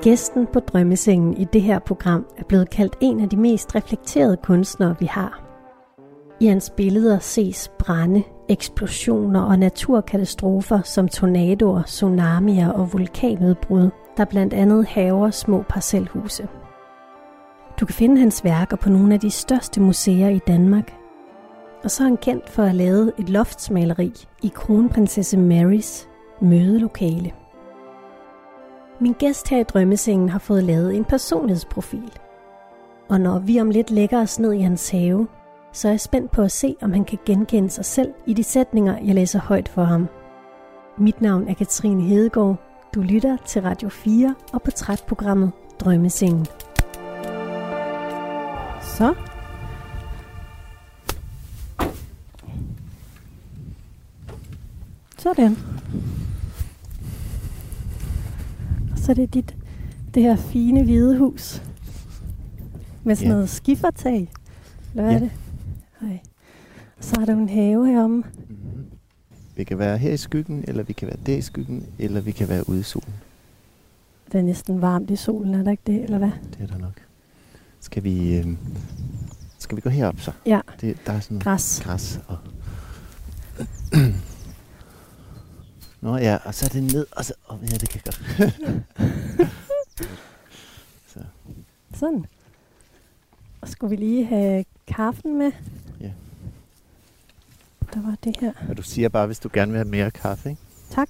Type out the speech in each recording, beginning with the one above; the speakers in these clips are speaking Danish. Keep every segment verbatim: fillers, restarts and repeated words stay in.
Gæsten på Drømmesengen i det her program er blevet kaldt en af de mest reflekterede kunstnere, vi har. I hans billeder ses brande, eksplosioner og naturkatastrofer som tornadoer, tsunamier og vulkanudbrud, der blandt andet hærger små parcelhuse. Du kan finde hans værker på nogle af de største museer i Danmark. Og så er han kendt for at have lavet et loftsmaleri i Kronprinsesse Marys mødelokale. Min gæst her i Drømmesengen har fået lavet en personlighedsprofil. Og når vi om lidt lægger os ned i hans have, så er jeg spændt på at se, om han kan genkende sig selv i de sætninger, jeg læser højt for ham. Mit navn er Katrine Hedegaard. Du lytter til Radio fire og portrætprogrammet Drømmesengen. Så. Sådan. Og så er det dit, det her fine hvide hus. Med sådan ja. noget skifertag. Hvad ja. er det? Hej. Og så er der en have heromme. Mm-hmm. Vi kan være her i skyggen, eller vi kan være der i skyggen, eller vi kan være ude i solen. Det er næsten varmt i solen, er der ikke det, eller hvad? Det er der nok. Skal vi, øh, skal vi gå herop så? Ja. Det, der er sådan græs. græs og Nå ja, og så er det ned, og så... Oh, ja, det kan jeg godt. så. Sådan. Og skulle vi lige have kaffen med? Ja. Der var det her. Og du siger bare, hvis du gerne vil have mere kaffe, ikke? Tak.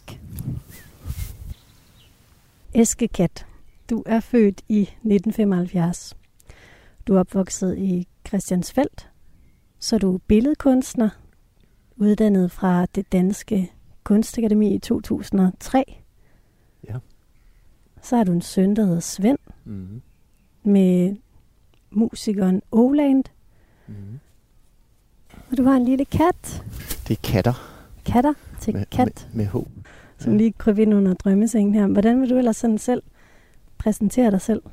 Eskekat, du er født i nitten femoghalvfjerds. Du er opvokset i Christiansfeld. Så er du billedkunstner, uddannet fra Det Danske Kunstakademi i to tusind og tre. Ja. Så har du en søn, der hedder Svend, mm-hmm. med musikeren Oland. Mm-hmm. Og du har en lille kat. Det er katter. Katter til med, kat. Med, med H. Som ja. lige kryb ind under drømmesengen her. Hvordan vil du ellers sådan selv præsentere dig selv?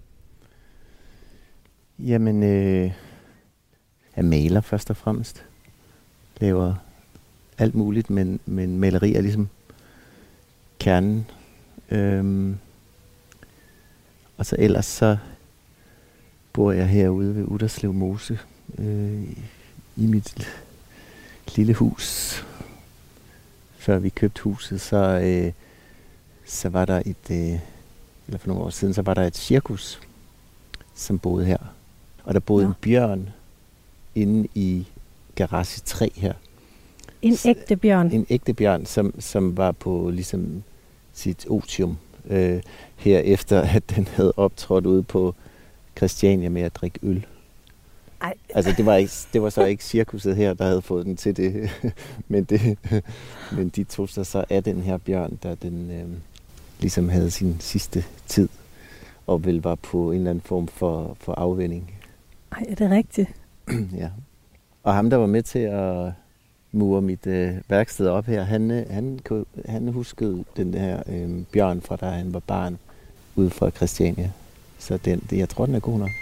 Jamen, øh, jeg maler først og fremmest. Laver alt muligt, men, men maleri er ligesom kernen. Øhm, og så ellers så bor jeg herude ved Utterslev Mose øh, i mit lille hus. Før vi købte huset, så, øh, så var der et, øh, eller for nogle år siden, så var der et cirkus, som boede her. Og der boede ja. en bjørn inde i garage tre her. En ægte bjørn? En ægte bjørn, som, som var på ligesom sit otium, øh, her efter at den havde optrådt ude på Christiania med at drikke øl. Ej. Altså det var, ikke, det var så ikke cirkuset her, der havde fået den til det, men, det, men de tog sig så af den her bjørn, der den øh, ligesom havde sin sidste tid, og vel var på en eller anden form for, for afvinding. Ej, er det rigtigt? Ja. Og ham, der var med til at mure mit øh, værksted op her, han, han, han huskede den her øh, bjørn fra da han var barn, ude fra Christiania. Så den, det, jeg tror, den er god nok.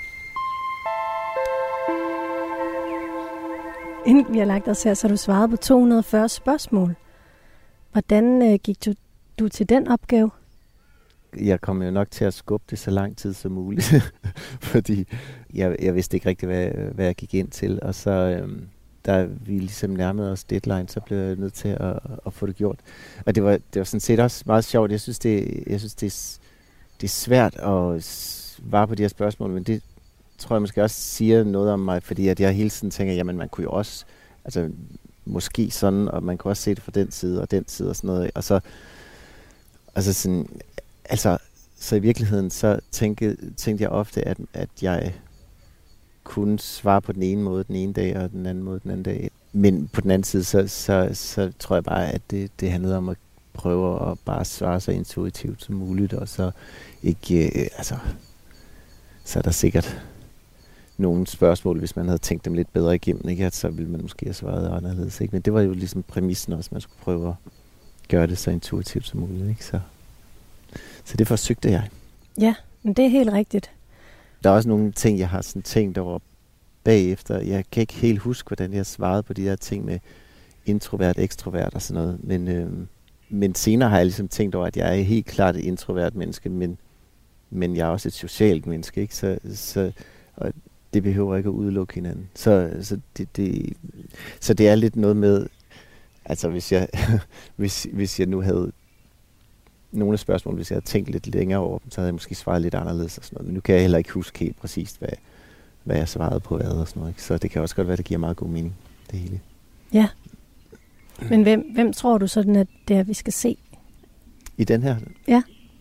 Inden vi har lagt os her, så har du svaret på to hundrede og fyrre spørgsmål. Hvordan øh, gik du, du til den opgave? Jeg kom jo nok til at skubbe det så lang tid som muligt, fordi jeg, jeg vidste ikke rigtig, hvad, hvad jeg gik ind til. Og så, øhm, da vi ligesom nærmede os deadline, så blev jeg nødt til at, at få det gjort. Og det var, det var sådan set også meget sjovt. Jeg synes, det, jeg synes, det, er, det er svært at svare på de her spørgsmål, men det tror jeg måske også siger noget om mig, fordi at jeg hele tiden tænker, jamen man kunne jo også, altså måske sådan, og man kunne også se det fra den side og den side og sådan noget. Og så, altså sådan, altså, så i virkeligheden, så tænkte, tænkte jeg ofte, at, at jeg kunne svare på den ene måde den ene dag, og den anden måde den anden dag. Men på den anden side, så, så, så tror jeg bare, at det, det handlede om at prøve at bare svare så intuitivt som muligt, og så ikke, øh, altså, så er der sikkert nogle spørgsmål, hvis man havde tænkt dem lidt bedre igennem, ikke? At så ville man måske have svaret anderledes, ikke? Men det var jo ligesom præmissen også, man skulle prøve at gøre det så intuitivt som muligt, ikke? Så, så det forsøgte jeg. Ja, men det er helt rigtigt. Der er også nogle ting, jeg har sådan tænkt over bagefter. Jeg kan ikke helt huske, hvordan jeg svarede på de der ting med introvert, ekstrovert og sådan noget. Men, øh, men senere har jeg ligesom tænkt over, at jeg er helt klart et introvert menneske, men, men jeg er også et socialt menneske, ikke? Så, så og det behøver ikke at udelukke hinanden. Så, så, det, det, så det er lidt noget med, altså hvis jeg, hvis, hvis jeg nu havde nogle af spørgsmålene, hvis jeg havde tænkt lidt længere over dem, så havde jeg måske svaret lidt anderledes og sådan noget. Men nu kan jeg heller ikke huske helt præcist, hvad, hvad jeg svarede på hvad og sådan noget. Ikke? Så det kan også godt være, det giver meget god mening, det hele. Ja. Men hvem, hvem tror du sådan, at det er, vi skal se? I den her? Ja.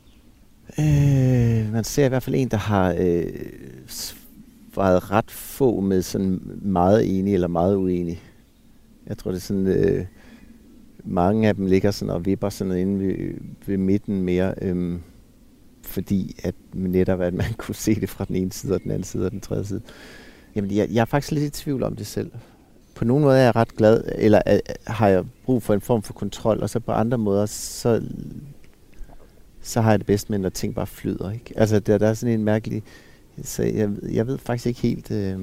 Øh, man ser i hvert fald en, der har øh, svaret ret få med sådan meget enig eller meget uenig. Jeg tror, det er sådan... Øh, mange af dem ligger sådan og vipper sådan noget inde ved, ved midten mere, øhm, fordi at netop, at man kunne se det fra den ene side og den anden side og den tredje side. Jamen, jeg, jeg er faktisk lidt i tvivl om det selv. På nogle måder er jeg ret glad, eller øh, har jeg brug for en form for kontrol, og så på andre måder, så, så har jeg det bedst med, når ting bare flyder, ikke? Altså, der, der er sådan en mærkelig... Så jeg, jeg ved faktisk ikke helt... Øh,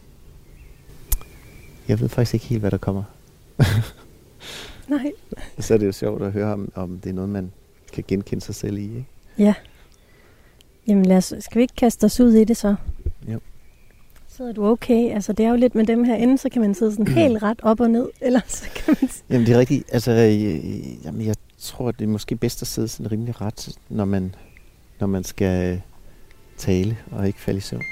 jeg ved faktisk ikke helt, hvad der kommer. Nej. Så er det jo sjovt at høre, om, om det er noget, man kan genkende sig selv i, ikke? Ja. Jamen lad os, skal vi ikke kaste os ud i det så? Jo. Så er du okay? Altså det er jo lidt med dem her inde, så kan man sidde sådan helt ret op og ned, eller så kan man... Jamen det er rigtigt. Altså, jeg, jamen, jeg tror, det er måske bedst at sidde sådan rimelig ret, når man, når man skal tale og ikke falde i søvn.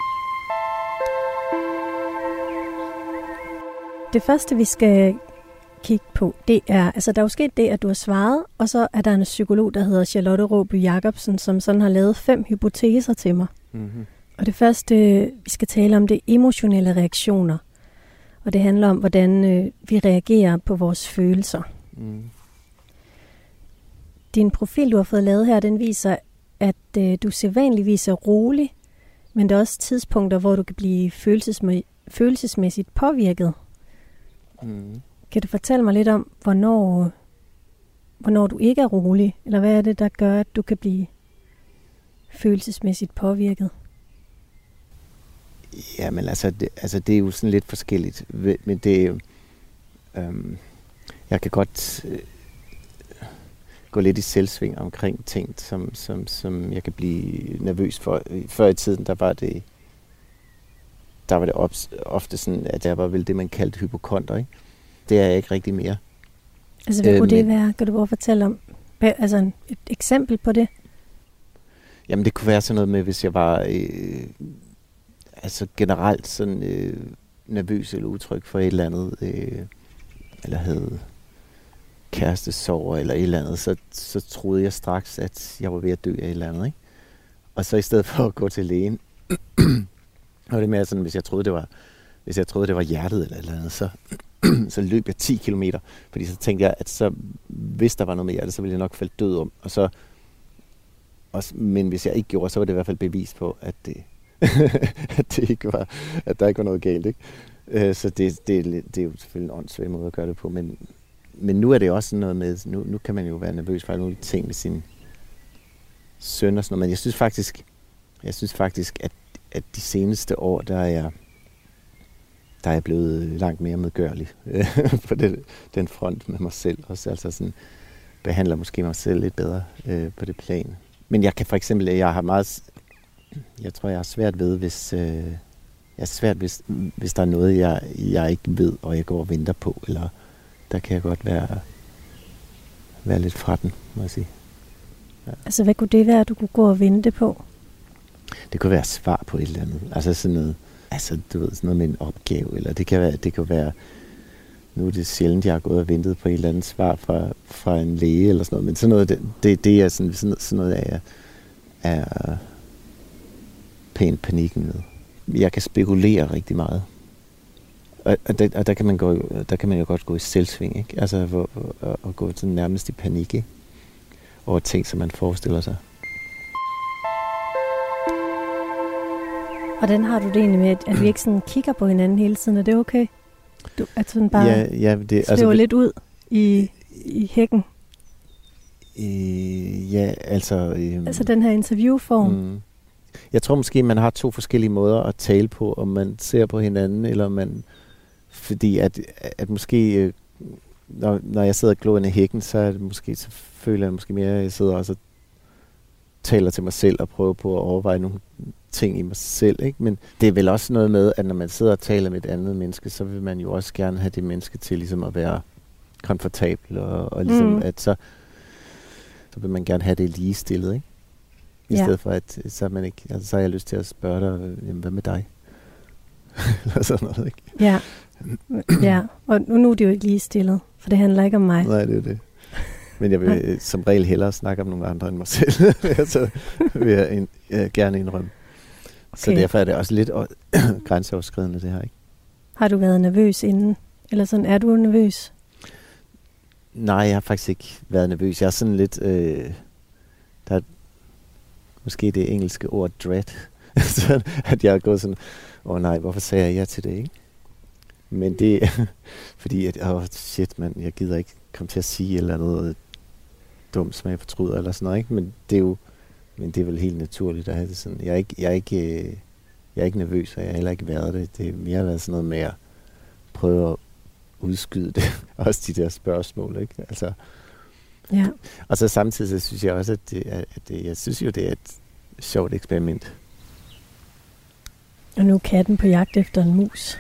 Det første, vi skal kigge på, det er, altså der er jo sket det, at du har svaret, og så er der en psykolog, der hedder Charlotte Råby Jacobsen, som sådan har lavet fem hypoteser til mig. Mm-hmm. Og det første, vi skal tale om, det er emotionelle reaktioner. Og det handler om, hvordan øh, vi reagerer på vores følelser. Mm. Din profil, du har fået lavet her, den viser, at øh, du sædvanligvis er rolig, men der er også tidspunkter, hvor du kan blive følelsesmæ- følelsesmæssigt påvirket. Mm. Kan du fortælle mig lidt om, hvornår, hvornår du ikke er rolig? Eller hvad er det, der gør, at du kan blive følelsesmæssigt påvirket? Jamen altså det, altså, det er jo sådan lidt forskelligt. Men det er jo... Øhm, jeg kan godt øh, gå lidt i selvsving omkring ting, som, som, som jeg kan blive nervøs for. Før i tiden, der var det... Der var det ofte sådan, at jeg var vel det, man kaldte hypokonder, ikke? Det er jeg ikke rigtig mere. Altså, hvad øh, kunne det være? Kan du bare fortælle om altså en, et eksempel på det? Jamen, det kunne være sådan noget med, hvis jeg var øh, altså generelt sådan øh, nervøs eller utryg for et eller andet, øh, eller havde kærestesorger eller et eller andet, så, så troede jeg straks, at jeg var ved at dø af et eller andet, ikke? Og så i stedet for at gå til lægen, og det mere sådan, hvis jeg troede, det var, hvis jeg troede, det var hjertet eller et eller andet, så så løb jeg ti kilometer, fordi så tænkte jeg, at så, hvis der var noget med hjertet, så ville jeg nok falde død om. Og så, og, men hvis jeg ikke gjorde, så var det i hvert fald bevis på, at det, at det ikke var, at der ikke var noget galt, ikke? Øh, så det, det, det er jo selvfølgelig en åndssvag måde at gøre det på, men, men nu er det også noget med, nu, nu kan man jo være nervøs for alle mulige ting med sin søn og sådan noget, men jeg synes faktisk, jeg synes faktisk, at, at de seneste år, der er jeg der er jeg blevet langt mere medgørlig på det, den front med mig selv. Også altså sådan, behandler måske mig selv lidt bedre øh, på det plan. Men jeg kan for eksempel, jeg har meget, jeg tror, jeg har svært ved, hvis, øh, jeg er svært, hvis, hvis der er noget, jeg, jeg ikke ved, og jeg går og venter på, eller der kan jeg godt være, være lidt fra den, må jeg sige. Ja. Altså, hvad kunne det være, du kunne gå og vente på? Det kunne være svar på et eller andet. Altså sådan noget, altså, du ved, sådan noget med en opgave, eller det kan være, det kan være, nu er det sjældent, jeg har gået og ventet på et eller andet svar fra, fra en læge, eller sådan noget, men sådan noget, det, det, det er sådan, sådan, sådan noget, af, er, er pænt panikken med. Jeg kan spekulere rigtig meget, og, og, der, og der, kan man gå, der kan man jo godt gå i selvsving, ikke? Altså, hvor, og, og gå sådan nærmest i panik, ikke? Over ting, som man forestiller sig. Hvordan har du det egentlig med, at vi ikke sådan kigger på hinanden hele tiden? Er det okay? Du er sådan bare ja, ja, det, svæver altså, lidt ud i, i hækken? Øh, ja, altså... Øh, altså den her interviewform? Mm, jeg tror måske, man har to forskellige måder at tale på, om man ser på hinanden, eller man... Fordi at, at måske... Øh, når, når jeg sidder og glor ind i hækken, så, er det måske, så føler jeg måske mere, at jeg sidder også taler til mig selv og prøver på at overveje nogle ting i mig selv, ikke? Men det er vel også noget med, at når man sidder og taler med et andet menneske, så vil man jo også gerne have det menneske til ligesom at være komfortabel, og, og ligesom mm. at så, så vil man gerne have det ligestillet, ikke? I ja. stedet for, at så, man ikke, altså, så har jeg lyst til at spørge dig, jamen, hvad med dig? Eller sådan noget, ikke? Ja. ja, og nu, nu er det jo ikke ligestillet, for det handler ikke om mig. Nej, det er det. Men jeg vil som regel hellere snakke om nogle andre end mig selv. Så vil jeg en, jeg gerne indrømme. Okay. Så derfor er det også lidt grænseoverskridende, det her, ikke? Har du været nervøs inden? Eller sådan, er du nervøs? Nej, jeg har faktisk ikke været nervøs. Jeg er sådan lidt... Øh, der er måske det engelske ord dread. Så at jeg er gået sådan... Åh oh, nej, hvorfor sagde jeg ja til det, ikke? Men det er... fordi, at... Åh, oh, shit, mand, jeg gider ikke komme til at sige eller noget dumt, som jeg fortryder, eller sådan noget, ikke? Men det er jo... Men det er vel helt naturligt at have det sådan. Jeg er ikke, jeg er ikke, jeg er ikke nervøs, og jeg har heller ikke været det. Det er mere været sådan noget med at prøve at udskyde det. Også de der spørgsmål, ikke? Altså, ja. Og så samtidig så synes jeg også, at det, at det, jeg synes jo, det er et sjovt eksperiment. Og nu er katten på jagt efter en mus.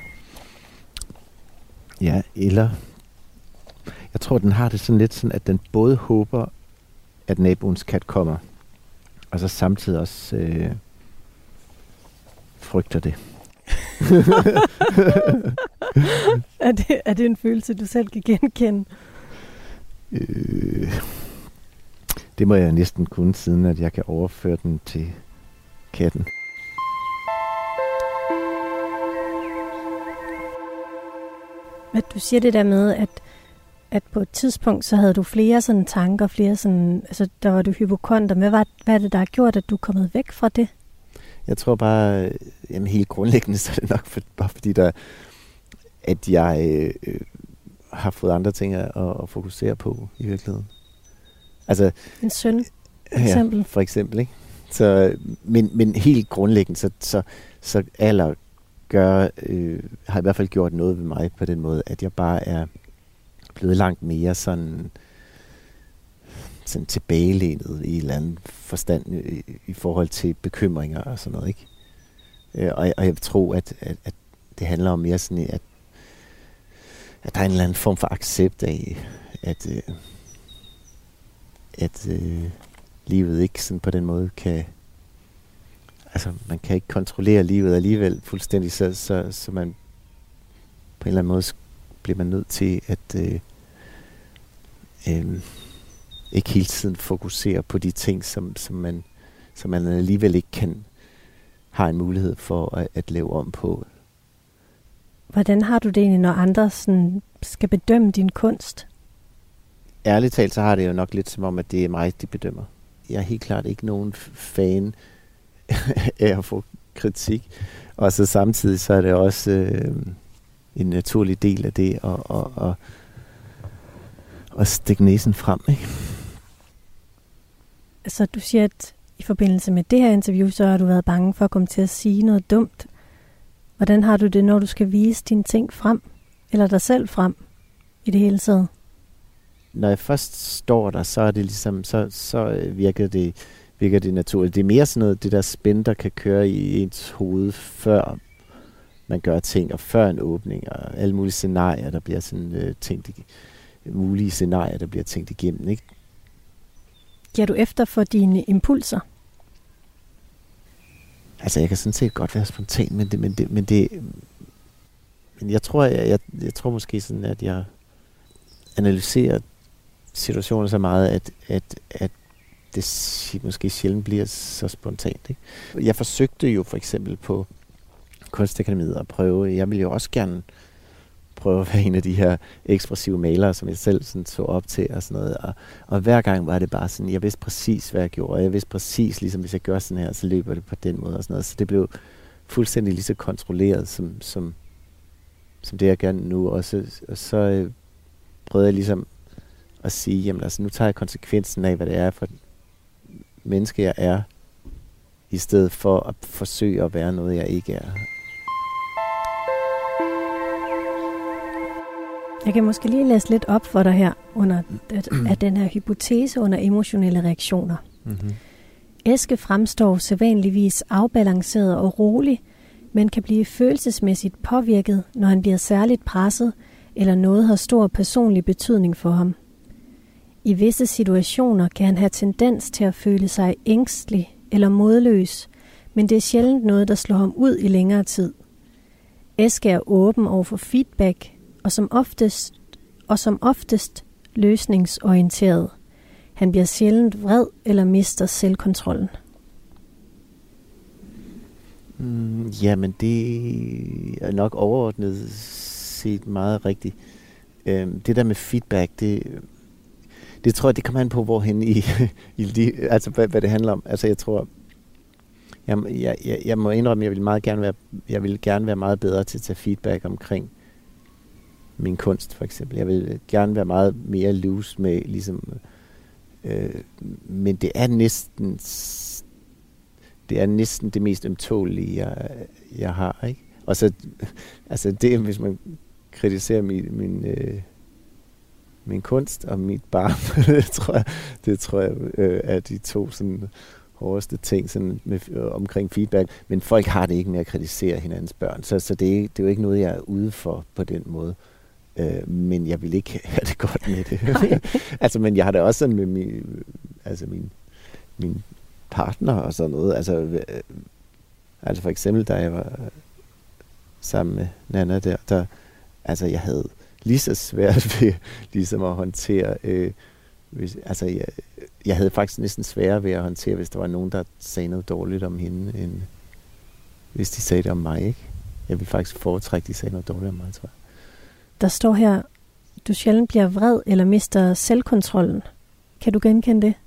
Ja, eller... Jeg tror, den har det sådan lidt sådan, at den både håber, at naboens kat kommer, og så samtidig også øh, frygter det. er det. Er det en følelse, du selv kan genkende? Øh, det må jeg næsten kunne, siden at jeg kan overføre den til katten. At du siger det der med, at at på et tidspunkt, så havde du flere sådan tanker, flere sådan, altså der var du hypokonter. Hvad, var, hvad er det, der har gjort, at du er kommet væk fra det? Jeg tror bare, jamen helt grundlæggende, så er det nok for, bare fordi, der, at jeg øh, har fået andre ting at, at fokusere på i virkeligheden. Altså, en søn, for eksempel. Ja, for eksempel, ikke? Så, men, men helt grundlæggende, så, så, så alder gør, øh, har i hvert fald gjort noget ved mig på den måde, at jeg bare er blevet langt mere sådan, sådan tilbagelænet i en eller anden forstand i, i forhold til bekymringer og sådan noget, ikke? Øh, og, og jeg tror, at, at, at det handler om mere sådan, at, at der er en eller anden form for accept af, at, øh, at øh, livet ikke sådan på den måde kan... Altså, man kan ikke kontrollere livet alligevel fuldstændig, så, så, så man på en eller anden måde bliver man nødt til at øh, øh, ikke hele tiden fokusere på de ting, som, som, man, som man alligevel ikke kan har en mulighed for at, at lave om på. Hvordan har du det egentlig, når andre sådan skal bedømme din kunst? Ærligt talt, så har det jo nok lidt som om, at det er mig, de bedømmer. Jeg er helt klart ikke nogen fan af at få kritik. Og så samtidig så er det også... Øh, en naturlig del af det, og, og, og, og stikke næsen frem, ikke? Altså, du siger, at i forbindelse med det her interview, så har du været bange for at komme til at sige noget dumt. Hvordan har du det, når du skal vise dine ting frem? Eller dig selv frem? I det hele taget? Når jeg først står der, så er det ligesom, så, så virker det, virker det naturligt. Det er mere sådan noget, det der spænd, der kan køre i ens hoved, før man gør ting, og før en åbning, og alle mulige scenarier, der bliver sådan øh, tænkt i, mulige scenarier, der bliver tænkt igennem, ikke? Giver du efter for dine impulser? Altså, jeg kan sådan set godt være spontan, men det, men det, men det, men jeg tror, jeg, jeg, jeg tror måske sådan, at jeg analyserer situationer så meget, at, at, at det måske sjældent bliver så spontant, ikke? Jeg forsøgte jo for eksempel på Kunstakademiet at prøve. Jeg ville jo også gerne prøve at være en af de her ekspressive malere, som jeg selv sådan så op til og sådan noget. Og, og hver gang var det bare sådan, jeg vidste præcis, hvad jeg gjorde. Og jeg vidste præcis, ligesom hvis jeg gør sådan her, så løber det på den måde og sådan noget. Så det blev fuldstændig lige så kontrolleret, som, som, som det jeg gerne nu. Og så, og så øh, prøvede jeg ligesom at sige, jamen altså, nu tager jeg konsekvensen af, hvad det er for menneske, jeg er, i stedet for at forsøge at være noget, jeg ikke er. Jeg kan måske lige læse lidt op for dig her, under at, at den her hypotese under emotionelle reaktioner. Mm-hmm. Eske fremstår sædvanligvis afbalanceret og rolig, men kan blive følelsesmæssigt påvirket, når han bliver særligt presset, eller noget har stor personlig betydning for ham. I visse situationer kan han have tendens til at føle sig ængstelig eller modløs, men det er sjældent noget, der slår ham ud i længere tid. Eske er åben over for feedback, og som oftest, og som oftest løsningsorienteret. Han bliver sjældent vred eller mister selvkontrollen. Mm, jamen, det er nok overordnet set meget rigtigt. Øhm, det der med feedback, det, det tror jeg, det kommer an på, hvorhen i, i altså hvad, hvad det handler om. Altså, jeg tror, jeg, jeg, jeg, jeg må indrømme, jeg vil meget gerne være, jeg vil gerne være meget bedre til at tage feedback omkring min kunst, for eksempel. Jeg vil gerne være meget mere loose med, ligesom, øh, men det er næsten, det er næsten det mest ømtålige, jeg, jeg har, ikke? Og så, altså det, hvis man kritiserer min, min, øh, min kunst og mit barn, det tror jeg, det tror jeg øh, er de to sådan hårdeste ting sådan med, øh, omkring feedback. Men folk har det ikke med at kritisere hinandens børn, så, så det, er, det er jo ikke noget, jeg er ude for på den måde. Øh, men jeg vil ikke have det godt med det. Altså, men jeg har det også sådan med min, altså min, min partner og sådan noget. Altså, øh, altså for eksempel, da jeg var sammen med Nana der, der altså jeg havde lige så svært ved ligesom at håndtere, øh, hvis, altså jeg, jeg havde faktisk næsten sværere ved at håndtere, hvis der var nogen, der sagde noget dårligt om hende, end hvis de sagde det om mig, ikke? Jeg ville faktisk foretrække, de sagde noget dårligt om mig, tror jeg. Der står her, du sjældent bliver vred eller mister selvkontrollen. Kan du genkende det?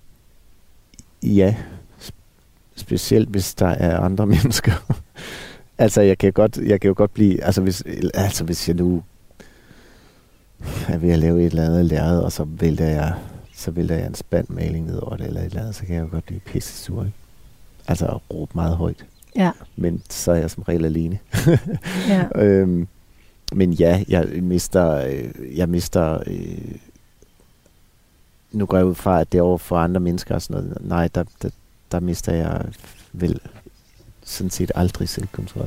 Ja, specielt hvis der er andre mennesker. Altså, jeg kan godt, jeg kan jo godt blive, altså hvis, altså hvis jeg nu er ved at lave et eller andet lærred, og så vælter jeg, så vælter jeg en spand maling ned over det, eller et eller andet, så kan jeg jo godt blive pisse sur, ikke? Altså at råbe meget højt. Ja. Men så er jeg som regel alene. Ja. øhm, men ja, jeg mister, øh, jeg mister, øh, nu går jeg ud fra, at det er over for andre mennesker og sådan noget. Nej, der, der, der mister jeg vel sådan set aldrig selvkontrol.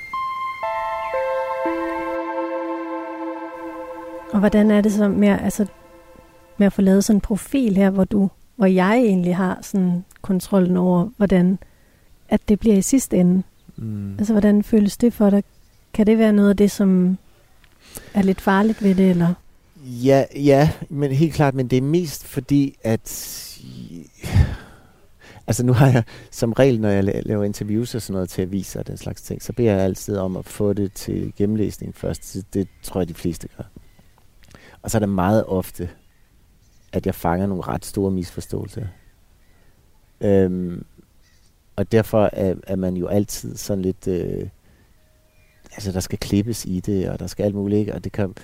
Og hvordan er det så med, altså, med at få lavet sådan en profil her, hvor du, hvor jeg egentlig har sådan kontrollen over, hvordan at det bliver i sidste ende? Mm. Altså, hvordan føles det for dig? Kan det være noget af det, som er lidt farligt ved det, eller? Ja, ja, men helt klart, men det er mest fordi, at altså nu har jeg som regel, når jeg laver interviews og sådan noget til aviser og den slags ting, så beder jeg altid om at få det til gennemlæsning først. Det tror jeg, de fleste gør. Og så er det meget ofte, at jeg fanger nogle ret store misforståelser. Øhm, og derfor er, er man jo altid sådan lidt, øh, altså der skal klippes i det, og der skal alt muligt, ikke? Og det kan,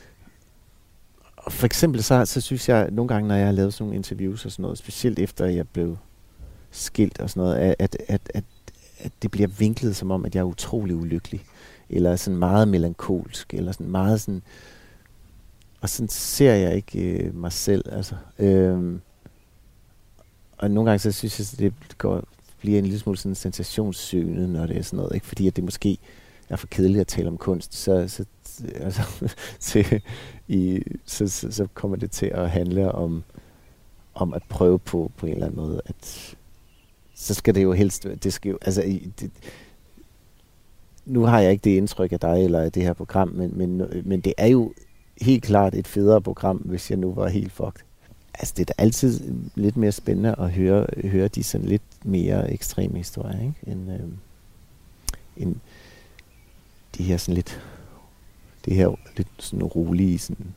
og for eksempel så, så synes jeg nogle gange, når jeg har lavet sådan nogle interviews og sådan noget, specielt efter jeg blev skilt og sådan noget, at, at, at, at, at det bliver vinklet som om, at jeg er utrolig ulykkelig, eller sådan meget melankolsk, eller sådan meget sådan, og sådan ser jeg ikke øh, mig selv, altså. Øhm, og nogle gange så synes jeg, at det går, bliver en lille smule sådan sensationssøgende, når det er sådan noget, ikke? Fordi at det måske er for kedeligt at tale om kunst, så, så, altså, til, i, så, så, så kommer det til at handle om, om at prøve på, på en eller anden måde, at så skal det jo helst, det skal jo, altså, det, nu har jeg ikke det indtryk af dig, eller af det her program, men, men, men det er jo helt klart et federe program, hvis jeg nu var helt fucked. Altså, det er da altid lidt mere spændende at høre, høre de sådan lidt mere ekstreme historier, ikke? End, øh, end de her sådan lidt, det her lidt sådan rolige, sådan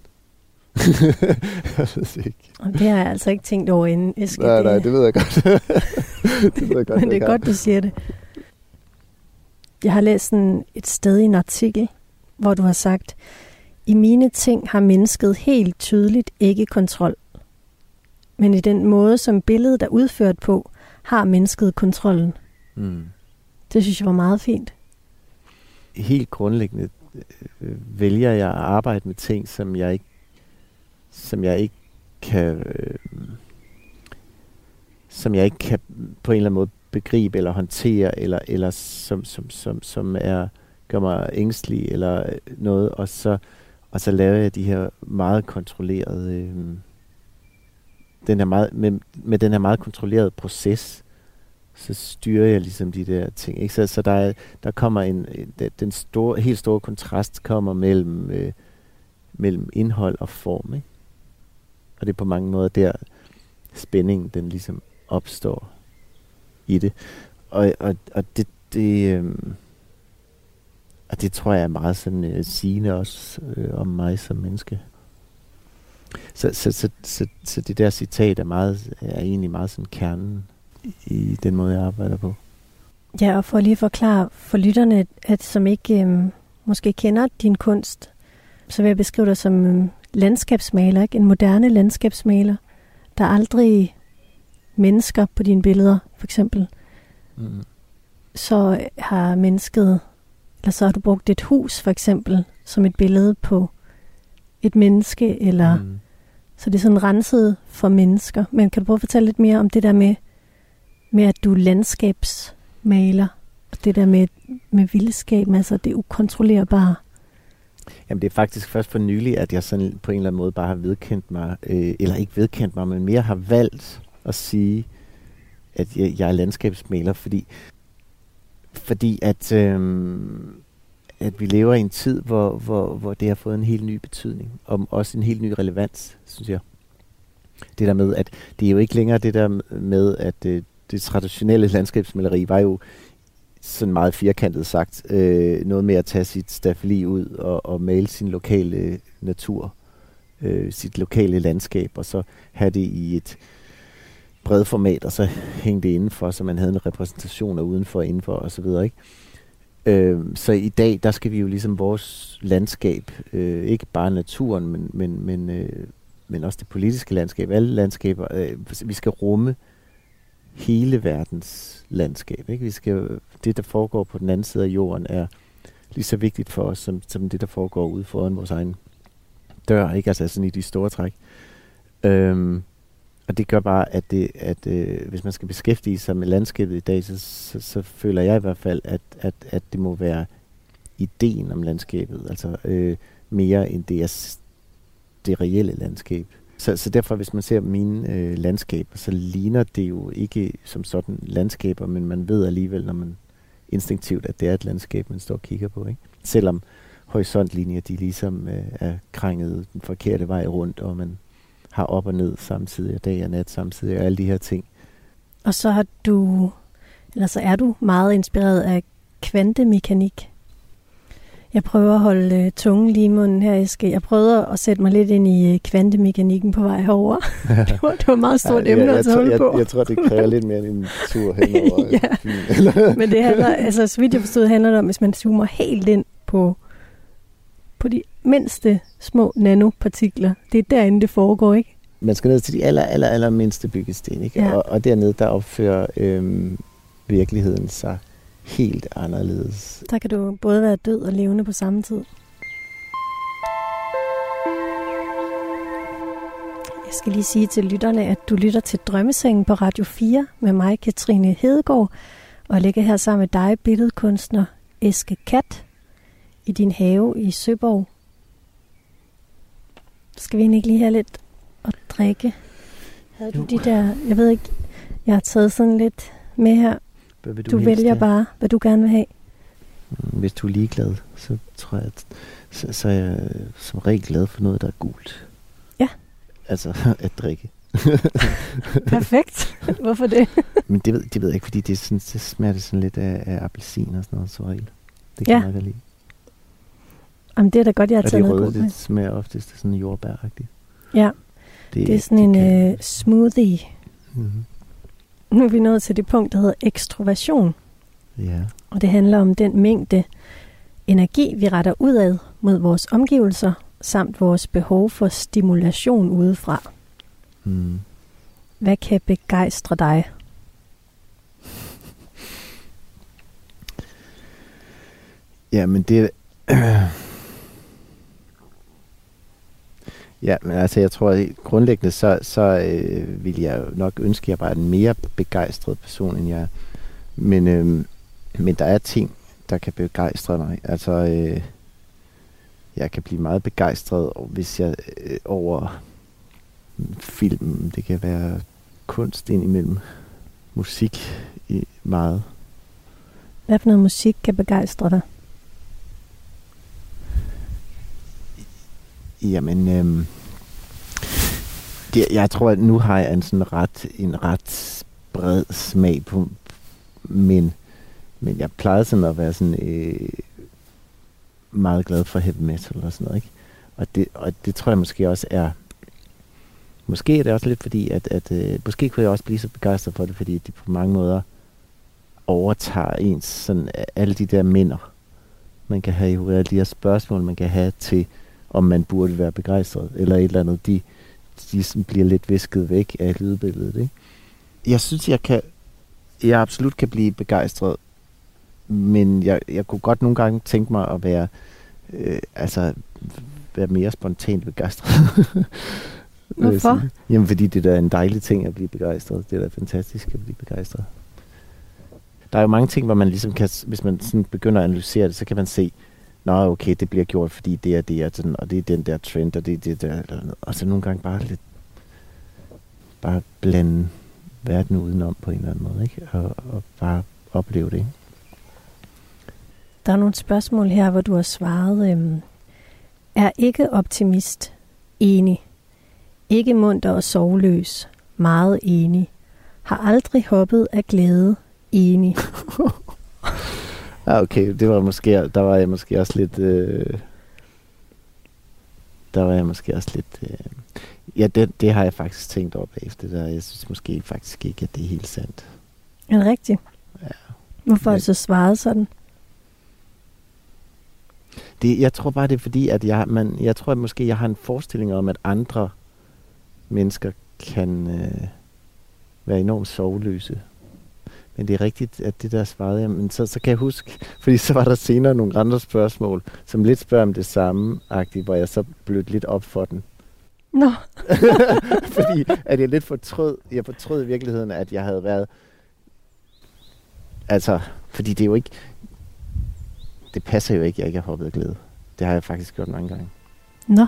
jeg ved ikke. Og det har jeg altså ikke tænkt over inden, Eske. Nej, nej, det ved jeg godt. det ved jeg godt, men det er godt, du siger det. Jeg har læst sådan et sted i en artikel, hvor du har sagt, i mine ting har mennesket helt tydeligt ikke kontrol. Men i den måde, som billedet er udført på, har mennesket kontrollen. Mm. Det synes jeg var meget fint. Helt grundlæggende øh, vælger jeg at arbejde med ting, som jeg ikke, som jeg ikke kan, øh, som jeg ikke kan på en eller anden måde begribe eller håndtere, eller, eller som, som, som, som er, gør mig ængstelig eller noget, og så, og så laver jeg de her meget kontrollerede, øh, den her meget, med, med den her meget kontrollerede proces, så styrer jeg ligesom de der ting. Ikke? Så, så der, er, der kommer en, den store, helt store kontrast kommer mellem, øh, mellem indhold og form. Ikke? Og det er på mange måder der, spændingen den ligesom opstår i det. Og, og, og det, det, øh, og det tror jeg er meget sådan øh, sigende også øh, om mig som menneske. Så, så, så, så, så det der citat er, meget, er egentlig meget sådan kernen i den måde, jeg arbejder på. Ja, og for lige at forklare for lytterne, at som ikke øhm, måske kender din kunst, så vil jeg beskrive dig som øhm, landskabsmaler, ikke? En moderne landskabsmaler. Der er aldrig mennesker på dine billeder, for eksempel. Mm. Så har mennesket, eller så har du brugt et hus, for eksempel, som et billede på et menneske, eller mm. så det er sådan renset for mennesker. Men kan du prøve at fortælle lidt mere om det der med, med at du er landskabsmaler, og det der med, med vildskab, altså det ukontrollerbare? Jamen det er faktisk først for nylig, at jeg sådan på en eller anden måde bare har vedkendt mig, øh, eller ikke vedkendt mig, men mere har valgt at sige, at jeg, jeg er landskabsmaler, fordi, fordi at, øh, at vi lever i en tid, hvor, hvor, hvor det har fået en helt ny betydning, og også en helt ny relevans, synes jeg. Det der med, at det er jo ikke længere det der med, at øh, det traditionelle landskabsmaleri var jo sådan meget firkantet sagt, øh, noget med at tage sit staffeli ud og, og male sin lokale natur, øh, sit lokale landskab, og så have det i et bredt format, og så hænge det indenfor, så man havde en repræsentation af udenfor og indenfor, og så videre, ikke? Øh, så i dag, der skal vi jo ligesom vores landskab, øh, ikke bare naturen, men, men, men, øh, men også det politiske landskab, alle landskaber, øh, vi skal rumme hele verdens landskab. Ikke? Vi skal, det, der foregår på den anden side af jorden, er lige så vigtigt for os, som, som det, der foregår ude foran vores egen dør. Ikke? Altså sådan i de store træk. Øhm, og det gør bare, at, det, at øh, hvis man skal beskæftige sig med landskabet i dag, så, så, så føler jeg i hvert fald, at, at, at det må være ideen om landskabet. Altså øh, mere end det er det reelle landskab. Så, så derfor, hvis man ser mine øh, landskaber, så ligner det jo ikke som sådan landskaber, men man ved alligevel, når man instinktivt, at det er et landskab, man står og kigger på. Ikke? Selvom horisontlinjer, de ligesom øh, er krænget den forkerte vej rundt, og man har op og ned samtidig, og dag og nat samtidig, og alle de her ting. Og så har du, eller så er du meget inspireret af kvantemekanik. Jeg prøver at holde øh, tungen lige i munden her, Eske. Jeg prøvede at sætte mig lidt ind i øh, kvantemekanikken på vej herover. det, var, det var et meget stort ja, emne jeg, jeg at tage hul på. Jeg, jeg tror, det kræver lidt mere end en tur henover. ja. Men det handler, altså så vidt jeg forstod, handler det om, hvis man zoomer helt ind på, på de mindste små nanopartikler. Det er derinde, det foregår, ikke? Man skal ned til de aller, aller, aller mindste byggesten, ikke? Ja. Og, og dernede, der opfører øhm, virkeligheden sig helt anderledes. Der kan du både være død og levende på samme tid. Jeg skal lige sige til lytterne, at du lytter til Drømmesengen på Radio fire med mig, Katrine Hedegaard, og jeg ligger her sammen med dig, billedkunstner Eske Kat, i din have i Søborg. Skal vi egentlig lige have lidt at drikke? Havde du de der, jeg ved ikke, jeg har taget sådan lidt med her. Du, du vælger have? Bare, hvad du gerne vil have. Hvis du er ligeglad, så tror jeg, at, så, så er jeg som regel glad for noget, der er gult. Ja. Altså at drikke. Perfekt. Hvorfor det? Men det ved, det ved jeg ikke, fordi det, er sådan, det smager det sådan lidt af, af appelsin og sådan noget, som regel. Det kan ja. jeg da lide. Jamen, det er da godt, jeg har taget noget gult med. Og det smager oftest sådan jordbæragtigt. Ja, det, det er sådan det en uh, smoothie. Mm-hmm. Nu er vi nået til det punkt, der hedder ekstroversion. Ja. Og det handler om den mængde energi, vi retter udad mod vores omgivelser, samt vores behov for stimulation udefra. Mm. Hvad kan begejstre dig? Ja, men det... Øh, Ja, men altså jeg tror, at grundlæggende så, så øh, vil jeg nok ønske, at jeg var en mere begejstret person, end jeg er. Men, øh, men der er ting, der kan begejstre mig. Altså, øh, jeg kan blive meget begejstret, hvis jeg øh, over film, det kan være kunst indimellem, musik i meget. Hvad for noget musik kan begejstre dig? Jamen, øhm, det, jeg tror, at nu har jeg en sådan ret, en ret bred smag på, men, men jeg plejede sådan at være sådan øh, meget glad for heavy metal og sådan noget, ikke? Og det, og det tror jeg måske også er, måske er det også lidt fordi, at, at øh, måske kunne jeg også blive så begejstret for det, fordi de på mange måder overtager ens sådan alle de der minder, man kan have i hovedet, alle de her spørgsmål, man kan have til, om man burde være begejstret, eller et eller andet, de, de sådan bliver lidt visket væk af lydbilledet, ikke? Jeg synes, jeg kan, jeg absolut kan blive begejstret, men jeg, jeg kunne godt nogle gange tænke mig at være, øh, altså, være mere spontant begejstret. Hvorfor? Jamen, fordi det der er en dejlig ting at blive begejstret. Det er da fantastisk at blive begejstret. Der er jo mange ting, hvor man ligesom kan, hvis man sådan begynder at analysere det, så kan man se, nå, okay, det bliver gjort, fordi det er det, og, sådan, og det er den der trend, og det er det der, eller noget. Og så nogle gange bare lidt, bare blande verden udenom på en eller anden måde, ikke? Og, og bare opleve det, ikke? Der er nogle spørgsmål her, hvor du har svaret, øhm, er ikke optimist, enig, ikke munter og sovløs, meget enig, har aldrig hoppet af glæde, enig. Ja, okay, det var måske, der var jeg måske også lidt, øh, der var jeg måske også lidt, øh, ja, det, det har jeg faktisk tænkt over bagefter, der. Jeg synes måske faktisk ikke, at det er helt sandt. Er det rigtigt? Ja. Hvorfor har du så svaret sådan? Det, jeg tror bare, det er fordi, at jeg, man, jeg tror at måske, jeg har en forestilling om, at andre mennesker kan øh, være enormt sovløse. Men det er rigtigt, at det der svarede jeg. Men så, så kan jeg huske, fordi så var der senere nogle andre spørgsmål, som lidt spørger om det samme-agtigt, hvor jeg så blødte lidt op for den. Nå. Fordi at jeg lidt fortrød, jeg fortrød i virkeligheden, at jeg havde været, altså, fordi det er jo ikke, det passer jo ikke, at jeg ikke har hoppet af glæde. Det har jeg faktisk gjort mange gange. Nå.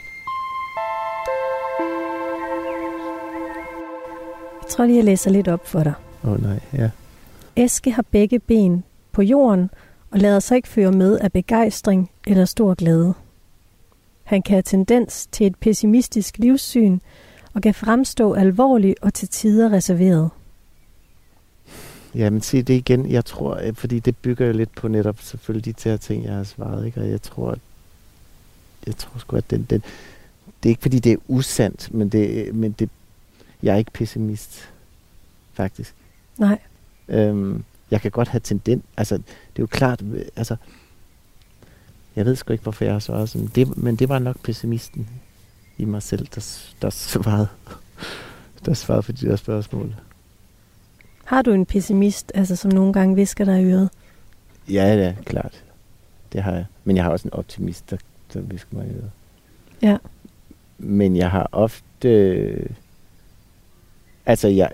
Jeg tror lige, jeg læser lidt op for dig. Åh oh, nej, ja. Eske har begge ben på jorden og lader sig ikke føre med af begejstring eller stor glæde. Han kan have tendens til et pessimistisk livssyn og kan fremstå alvorlig og til tider reserveret. Ja, men se det igen. Jeg tror, fordi det bygger jo lidt på netop selvfølgelig de her ting, jeg har svaret, ikke? Og jeg tror, jeg tror sgu, at den, den, det er ikke fordi det er usandt, men det, men det, jeg er ikke pessimist, faktisk. Nej. Øhm, jeg kan godt have tendens, altså det er jo klart, altså jeg ved sgu ikke, hvorfor jeg har svaret sådan, det, men det var nok pessimisten i mig selv, der, der svarede, der svarede for de der spørgsmål. Har du en pessimist, altså som nogle gange visker dig i øret? Ja, ja, klart. Det har jeg. Men jeg har også en optimist, der, der visker mig i øret. Ja. Men jeg har ofte, øh, altså jeg,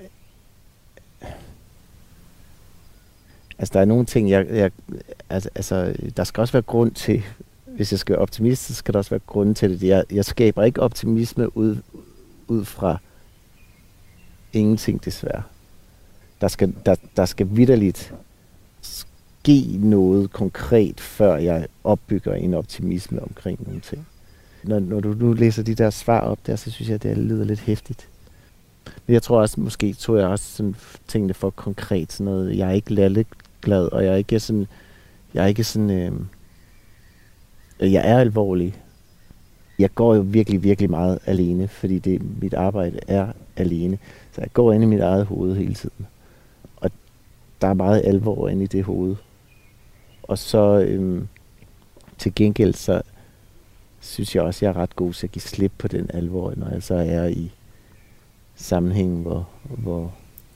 altså der er nogle ting, jeg, jeg altså, altså der skal også være grund til, hvis jeg skal være optimist, så skal der også være grund til det. Jeg, jeg skaber ikke optimisme ud, ud fra ingenting, desværre. Der skal, der, der skal vitterligt ske noget konkret, før jeg opbygger en optimisme omkring nogle ting. Når, når du nu læser de der svar op der, så synes jeg, at det lyder lidt hæftigt. Men jeg tror også, måske tog jeg også sådan tingene for konkret. Sådan noget. Jeg er ikke lalleglad, og jeg er ikke sådan, jeg er ikke sådan, øh, jeg er alvorlig. Jeg går jo virkelig, virkelig meget alene, fordi det, mit arbejde er alene. Så jeg går ind i mit eget hoved hele tiden. Og der er meget alvor inde i det hoved. Og så øhm, til gengæld, så synes jeg også, at jeg er ret god til at give slip på den alvor, når jeg så er i sammenhæng, hvor, hvor,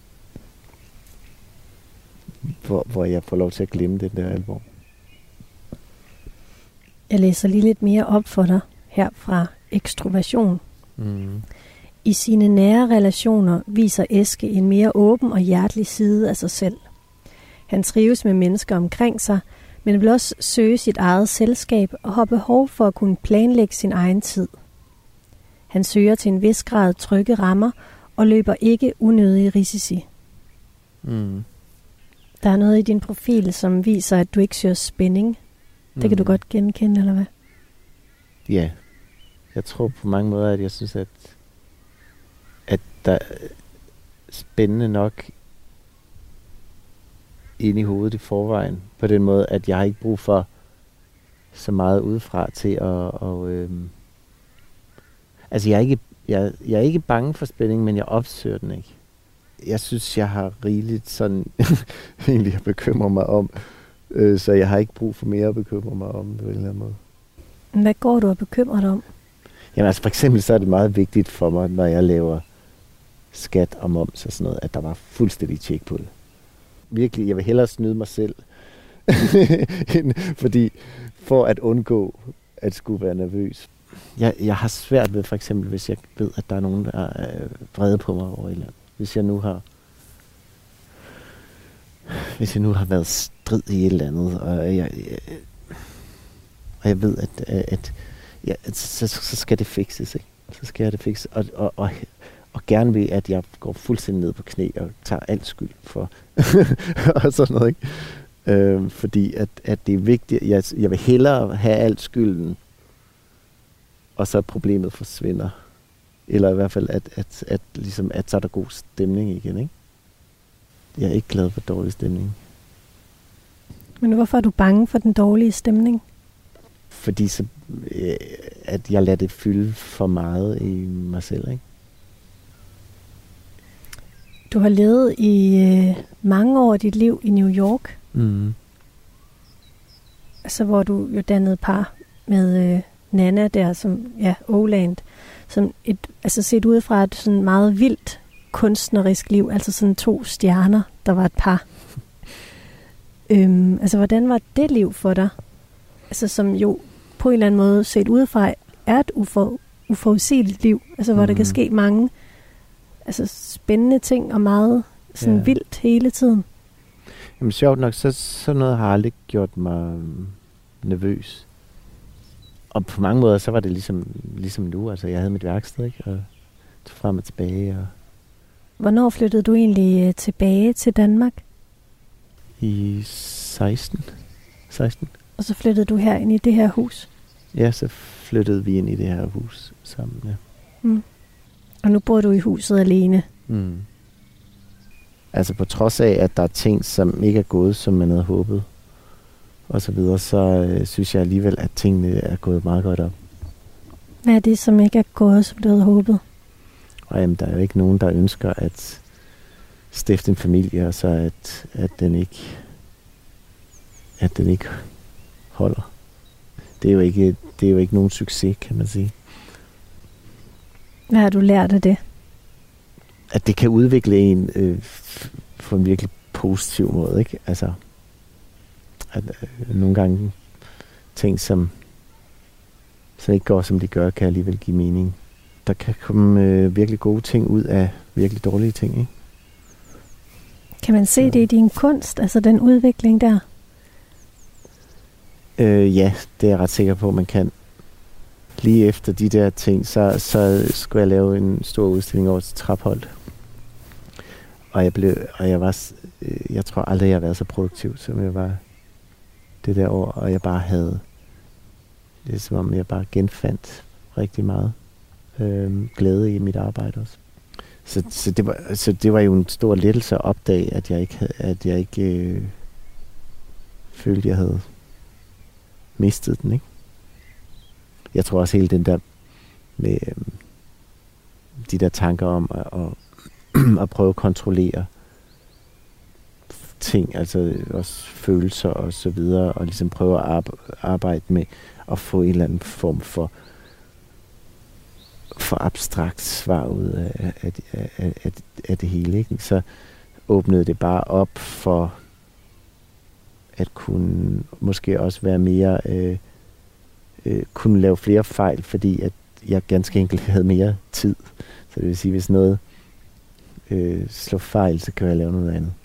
hvor, hvor jeg får lov til at glemme den der alvor. Jeg læser lige lidt mere op for dig her fra ekstroversion. Mm. I sine nære relationer viser Eske en mere åben og hjertelig side af sig selv. Han trives med mennesker omkring sig, men vil også søge sit eget selskab og har behov for at kunne planlægge sin egen tid. Han søger til en vis grad trygge rammer og løber ikke unødige risici. Mm. Der er noget i din profil, som viser, at du ikke søger spænding. Det mm. kan du godt genkende, eller hvad? Ja. Jeg tror på mange måder, at jeg synes, at, at der er spændende nok inde i hovedet i forvejen. På den måde, at jeg har ikke brug for så meget udefra til at... Og, øhm, altså, jeg er, ikke, jeg, jeg er ikke bange for spænding, men jeg opsøger den ikke. Jeg synes, jeg har rigeligt sådan egentlig at bekymre mig om. Øh, så jeg har ikke brug for mere at bekymre mig om på en eller anden måde. Hvad går du og bekymrer dig om? Jamen altså for eksempel så er det meget vigtigt for mig, når jeg laver skat og moms og sådan noget, at der var fuldstændig tjek på det. Virkelig, jeg vil hellere snyde mig selv, fordi for at undgå at skulle være nervøs. Jeg, jeg har svært ved for eksempel, hvis jeg ved, at der er nogen, der er vrede på mig over et eller andet. Hvis jeg nu har hvis jeg nu har været strid i et eller andet, og jeg, jeg, og jeg ved, at, at, ja, at så, så skal det fikses, ikke? Så skal jeg det fikse, og, og, og, og gerne vil, at jeg går fuldstændig ned på knæ og tager alt skyld for, og sådan noget, ikke? Øhm, fordi at, at det er vigtigt, jeg, jeg vil hellere have alt skylden, og så problemet forsvinder. Eller i hvert fald, at, at, at, ligesom, at så er der god stemning igen, ikke? Jeg er ikke glad for dårlig stemning. Men hvorfor er du bange for den dårlige stemning? Fordi så, øh, at jeg lader det fylde for meget i mig selv, ikke? Du har levet i øh, mange år af dit liv i New York. Mm. Altså, hvor du jo dannede par med øh, Nana der, som, ja, Oland. Som et, altså set udefra et sådan meget vildt kunstnerisk liv. Altså sådan to stjerner, der var et par. øhm, altså, hvordan var det liv for dig? Altså, som jo på en eller anden måde set udefra er et ufor, uforudsigeligt liv. Altså, hvor mm. der kan ske mange altså, spændende ting og meget sådan ja. vildt hele tiden. Jamen sjovt nok, så sådan noget har aldrig gjort mig nervøs. Og på mange måder, så var det ligesom, ligesom nu. Altså, jeg havde mit værksted, ikke? Og frem og tilbage. Og hvornår flyttede du egentlig tilbage til Danmark? I seksten. seksten. Og så flyttede du her ind i det her hus? Ja, så flyttede vi ind i det her hus sammen, ja. Mm. Og nu bor du i huset alene? Mm. Altså på trods af, at der er ting, som ikke er gået, som man havde håbet, og så videre, så øh, synes jeg alligevel, at tingene er gået meget godt op. Hvad er det, som ikke er gået, som du havde håbet? Og jamen, der er jo ikke nogen, der ønsker at stifte en familie, og så at, at den ikke at den ikke holder. Det er jo ikke, det er jo ikke nogen succes, kan man sige. Hvad har du lært af det? At det kan udvikle en øh, på en virkelig positiv måde, ikke? Altså, at øh, nogle gange ting, som, som ikke går, som de gør, kan alligevel give mening. Der kan komme øh, virkelig gode ting ud af virkelig dårlige ting, ikke? Kan man se det i din kunst, altså den udvikling der? Øh, ja, det er jeg ret sikker på, man kan. Lige efter de der ting, så, så skulle jeg lave en stor udstilling over til Trapholt. Og jeg blev, og jeg var, jeg tror aldrig, jeg har været så produktiv, som jeg var det der år. Og jeg bare havde, det er som om jeg bare genfandt rigtig meget øh, glæde i mit arbejde også. Så, så, det var, så det var jo en stor lettelse at opdage, at jeg ikke, at jeg ikke øh, følte, jeg havde mistet den, ikke? Jeg tror også hele den der med øh, de der tanker om at, at, at prøve at kontrollere ting, altså også følelser og så videre, og ligesom prøve at arbejde med at få en eller anden form for for abstrakt svar ud af, af, af, af, af det hele, ikke? Så åbnede det bare op for at kunne måske også være mere øh, øh, kunne lave flere fejl, fordi at jeg ganske enkelt havde mere tid. Så det vil sige, hvis noget øh, slår fejl, så kan jeg lave noget andet.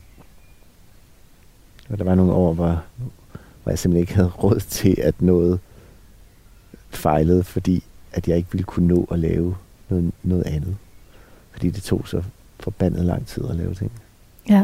Og der var nogle år, hvor, hvor jeg simpelthen ikke havde råd til, at noget fejlede, fordi at jeg ikke ville kunne nå at lave noget, noget andet. Fordi det tog så forbandet lang tid at lave ting. Ja.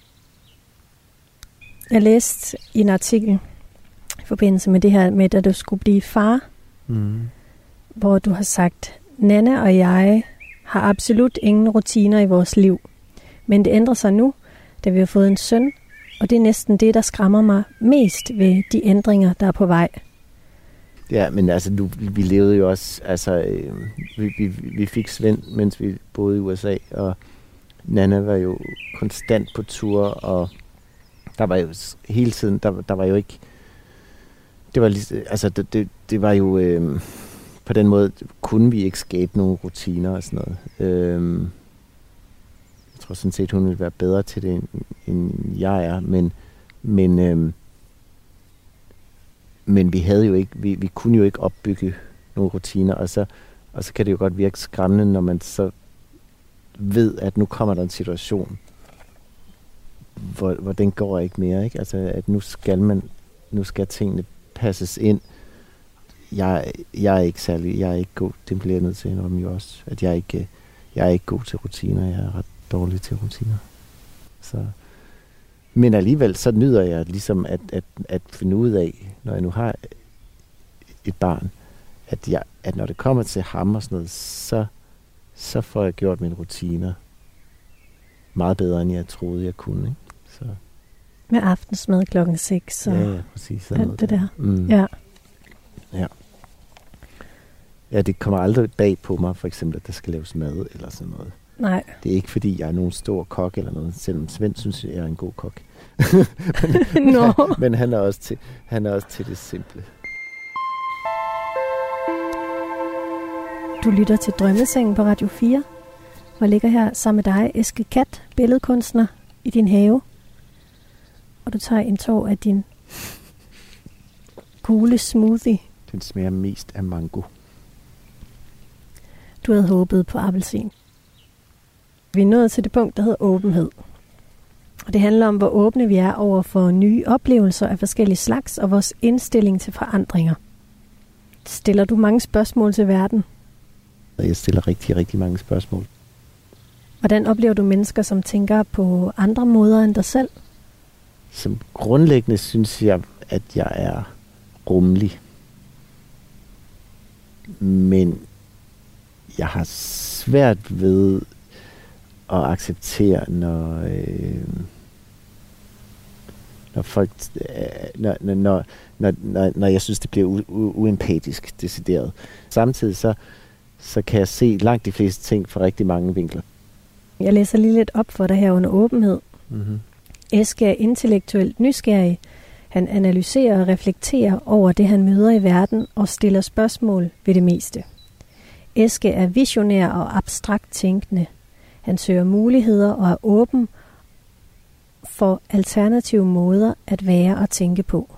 Jeg læste i en artikel i forbindelse med det her med, at du skulle blive far, mm. hvor du har sagt, Nanna og jeg har absolut ingen rutiner i vores liv. Men det ændrer sig nu, da vi har fået en søn, og det er næsten det, der skræmmer mig mest ved de ændringer, der er på vej. Ja, men altså, nu, vi levede jo også, altså, øh, vi, vi, vi fik Svend, mens vi boede i U S A, og Nanna var jo konstant på tur, og der var jo hele tiden, der, der var jo ikke, det var lige, altså, det, det, det var jo, øh, på den måde kunne vi ikke skabe nogle rutiner og sådan noget. Øh, jeg tror sådan set, hun ville være bedre til det, end, end jeg er, men, men, øh, men vi havde jo ikke, vi, vi kunne jo ikke opbygge nogle rutiner, og så, og så kan det jo godt virke skræmmende, når man så ved, at nu kommer der en situation, hvor, hvor den går ikke mere, ikke? Altså, at nu skal man, nu skal tingene passes ind. Jeg, jeg er ikke særlig, jeg er ikke god, det bliver jeg nødt til at indrømme jo også, at jeg ikke, jeg er ikke god til rutiner, jeg er ret dårlig til rutiner. Så, men alligevel, så nyder jeg ligesom at, at, at finde ud af, når jeg nu har et barn, at, jeg, at når det kommer til ham og sådan noget, så, så får jeg gjort mine rutiner meget bedre, end jeg troede, jeg kunne. Ikke? Så. Med aftensmad klokken seks og ja, ja, præcis, alt det der. Mm. Ja. Ja. Ja, det kommer aldrig bag på mig, for eksempel, at der skal laves mad eller sådan noget. Nej. Det er ikke, fordi jeg er nogen stor kok eller noget, selvom Svend synes, jeg er en god kok. men, no. men han er også til, han er også til det simple. Du lytter til Drømmesengen på Radio fire, og jeg ligger her sammen med dig, Eske Kat, billedkunstner, i din have. Og du tager en tår af din gule smoothie. Den smager mest af mango. Du havde håbet på appelsin. Vi er nået til det punkt, der hedder åbenhed. Og det handler om, hvor åbne vi er over for nye oplevelser af forskellige slags, og vores indstilling til forandringer. Stiller du mange spørgsmål til verden? Jeg stiller rigtig, rigtig mange spørgsmål. Hvordan oplever du mennesker, som tænker på andre måder end dig selv? Som grundlæggende synes jeg, at jeg er rummelig. Men jeg har svært ved at acceptere, når, øh, når folk, øh, når, når, når, når, når jeg synes, det bliver u- u- uempatisk decideret. Samtidig så, så kan jeg se langt de fleste ting fra rigtig mange vinkler. Jeg læser lige lidt op for dig her under åbenhed. Mm-hmm. Eske er intellektuelt nysgerrig. Han analyserer og reflekterer over det, han møder i verden, og stiller spørgsmål ved det meste. Eske er visionær og abstrakt tænkende. Han søger muligheder og er åben for alternative måder at være og tænke på.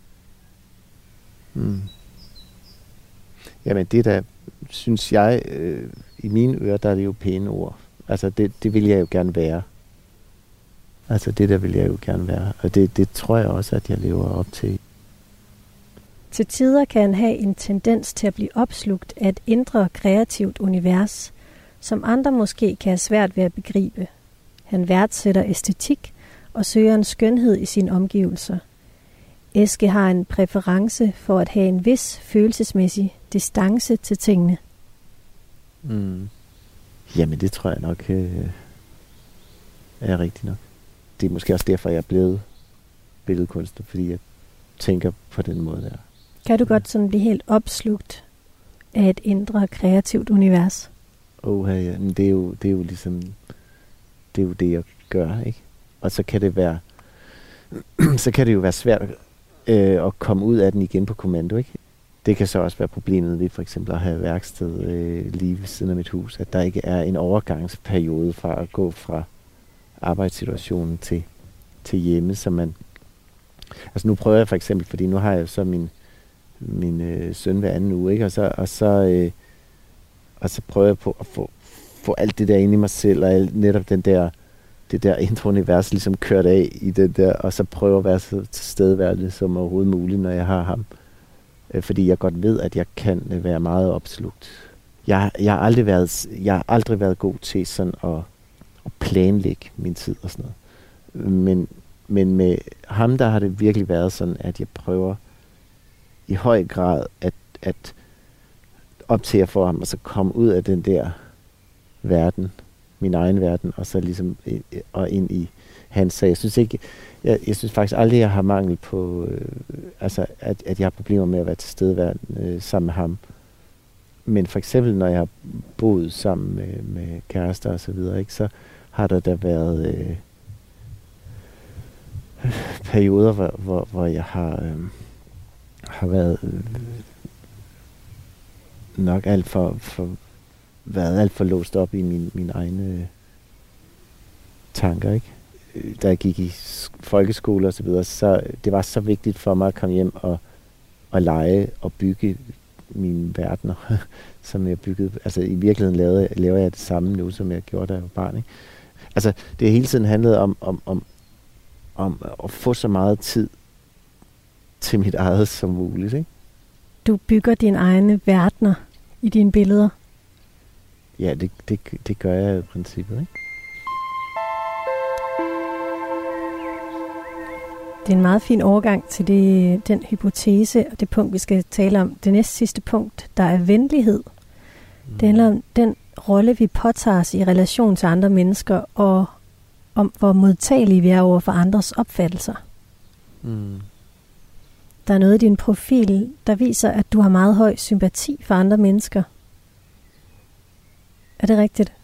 Mm. Jamen det der, synes jeg, øh, i mine ører, der er det jo pæne ord. Altså det, det vil jeg jo gerne være. Altså det der vil jeg jo gerne være. Og det, det tror jeg også, at jeg lever op til. Til tider kan han have en tendens til at blive opslugt af et indre kreativt univers, som andre måske kan have svært ved at begribe. Han værdsætter æstetik og søger en skønhed i sine omgivelser. Eske har en præference for at have en vis følelsesmæssig distance til tingene. Mm. Jamen det tror jeg nok øh, er rigtigt nok. Det er måske også derfor, jeg er blevet billedkunstner, fordi jeg tænker på den måde der. Kan du godt sådan blive helt opslugt af et indre kreativt univers? Åh, ja, men det er jo det er jo ligesom det er jo det jeg gør, ikke? Og så kan det være så kan det jo være svært øh, at komme ud af den igen på kommando, ikke? Det kan så også være problemet ved for eksempel at have værksted øh, lige ved siden af mit hus, at der ikke er en overgangsperiode fra at gå fra arbejdssituationen til til hjemme, så man altså nu prøver jeg for eksempel, fordi nu har jeg så min min øh, søn hver anden uge, ikke? Og så og så øh, Og så prøver jeg på at få, få alt det der ind i mig selv, og alt, netop den der, det der indre univers ligesom kørt af i det der, og så prøver at være så tilstedeværende som overhovedet muligt, når jeg har ham. Fordi jeg godt ved, at jeg kan være meget opslugt. Jeg, jeg, har, aldrig været, jeg har aldrig været god til sådan at, at planlægge min tid og sådan noget. Men, men med ham, der har det virkelig været sådan, at jeg prøver i høj grad at, at optage for ham, og så komme ud af den der verden, min egen verden, og så ligesom og ind i hans. Så jeg synes ikke, jeg, jeg synes faktisk aldrig, jeg har mangel på, øh, altså at, at jeg har problemer med at være til stede øh, sammen med ham. Men for eksempel, når jeg har boet sammen med, med kærester og så videre, ikke, så har der da været øh, perioder, hvor, hvor, hvor jeg har, øh, har været øh, nok alt for, for været alt for låst op i min, mine egne øh, tanker, ikke? Da jeg gik i folkeskole og så videre, så det var så vigtigt for mig at komme hjem og, og lege og bygge mine verdener, som jeg byggede. Altså i virkeligheden lavede, laver jeg det samme nu, som jeg gjorde, da jeg var barn, ikke? Altså det hele tiden handlede om, om, om, om at få så meget tid til mit eget som muligt, ikke? Du bygger dine egne verdener i dine billeder? Ja, det, det, det gør jeg i princippet, ikke? Det er en meget fin overgang til det, den hypotese og det punkt, vi skal tale om. Det næste sidste punkt, der er venlighed. Mm. Det handler om den rolle, vi påtager os i relation til andre mennesker, og om hvor modtagelige vi er over for andres opfattelser. Mm. Der er noget i din profil, der viser, at du har meget høj sympati for andre mennesker. Er det rigtigt?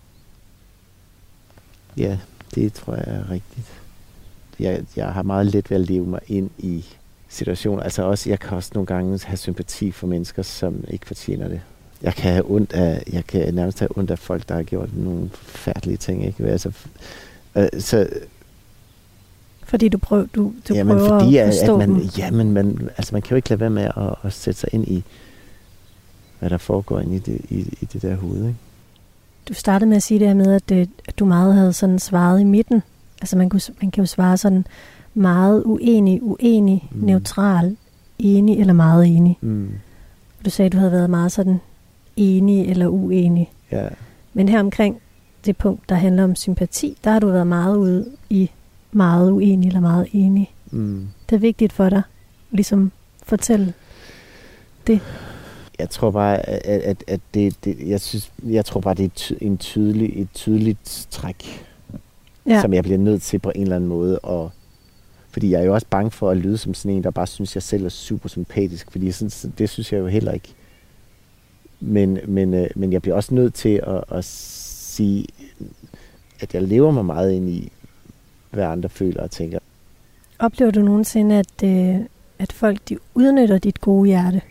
Ja, det tror jeg er rigtigt. Jeg, jeg har meget let ved at leve mig ind i situationer. Altså også, jeg kan også nogle gange have sympati for mennesker, som ikke fortjener det. Jeg kan have ondt af, jeg kan nærmest have ondt af folk, der har gjort nogle forfærdelige ting, ikke? Altså, øh, så fordi du prøver, du, du jamen, prøver fordi, at forstå at man, dem. Jamen, man, altså man kan jo ikke lade være med at, at sætte sig ind i, hvad der foregår inde i det, i, i det der hoved, ikke? Du startede med at sige det her med, at, at du meget havde sådan svaret i midten. Altså man, kunne, man kan jo svare sådan meget uenig, uenig, mm. neutral, enig eller meget enig. Mm. Du sagde, at du havde været meget sådan enig eller uenig. Ja. Men her omkring det punkt, der handler om sympati, der har du været meget ude i meget uenig eller meget enig. Mm. Det er vigtigt for dig, ligesom fortælle det. Jeg tror bare, at, at, at det, det, jeg synes, jeg tror bare, det er ty, en tydelig, et tydeligt træk, ja. Som jeg bliver nødt til på en eller anden måde. Og, fordi jeg er jo også bange for at lyde som sådan en, der bare synes, jeg selv er super sympatisk. Fordi jeg synes, det synes jeg jo heller ikke. Men, men, men jeg bliver også nødt til at, at sige, at jeg lever mig meget ind i, hvad andre føler og tænker. Oplever du nogensinde, at, øh, at folk de udnytter dit gode hjerte?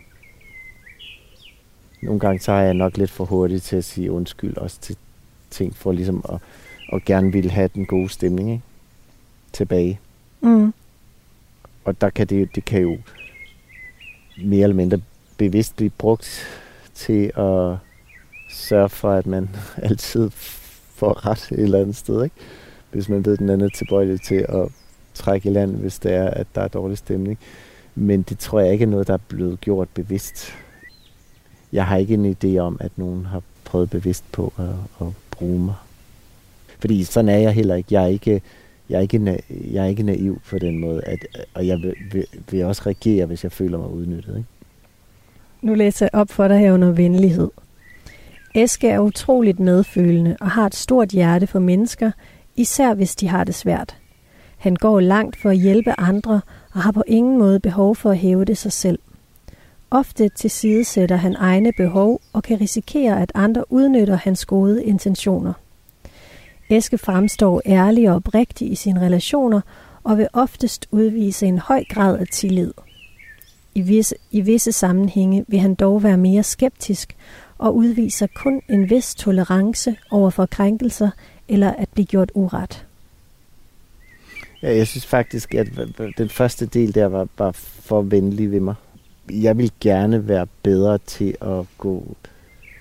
Nogle gange så er jeg nok lidt for hurtig til at sige undskyld også til ting, for ligesom at, at gerne ville have den gode stemning, ikke? Tilbage. Mm. Og der kan det, det kan jo mere eller mindre bevidst blive brugt til at sørge for, at man altid får ret et eller andet sted, ikke? Hvis man ved, den anden er tilbøjelig til at trække i land, hvis det er, at der er dårlig stemning. Men det tror jeg ikke er noget, der er blevet gjort bevidst. Jeg har ikke en idé om, at nogen har prøvet bevidst på at, at bruge mig. Fordi sådan er jeg heller ikke. Jeg er ikke, jeg er ikke, na- jeg er ikke naiv på den måde. At, og jeg vil, vil, vil også reagere, hvis jeg føler mig udnyttet, ikke? Nu læser jeg op for dig her under venlighed. Eske er utroligt medfølende og har et stort hjerte for mennesker, især hvis de har det svært. Han går langt for at hjælpe andre og har på ingen måde behov for at hæve det sig selv. Ofte tilsidesætter han egne behov og kan risikere, at andre udnytter hans gode intentioner. Eske fremstår ærlig og oprigtig i sine relationer og vil oftest udvise en høj grad af tillid. I visse, i visse sammenhænge vil han dog være mere skeptisk og udviser kun en vis tolerance over for krænkelser eller at blive gjort uret. Ja, jeg synes faktisk, at den første del der var bare for venlig ved mig. Jeg vil gerne være bedre til at gå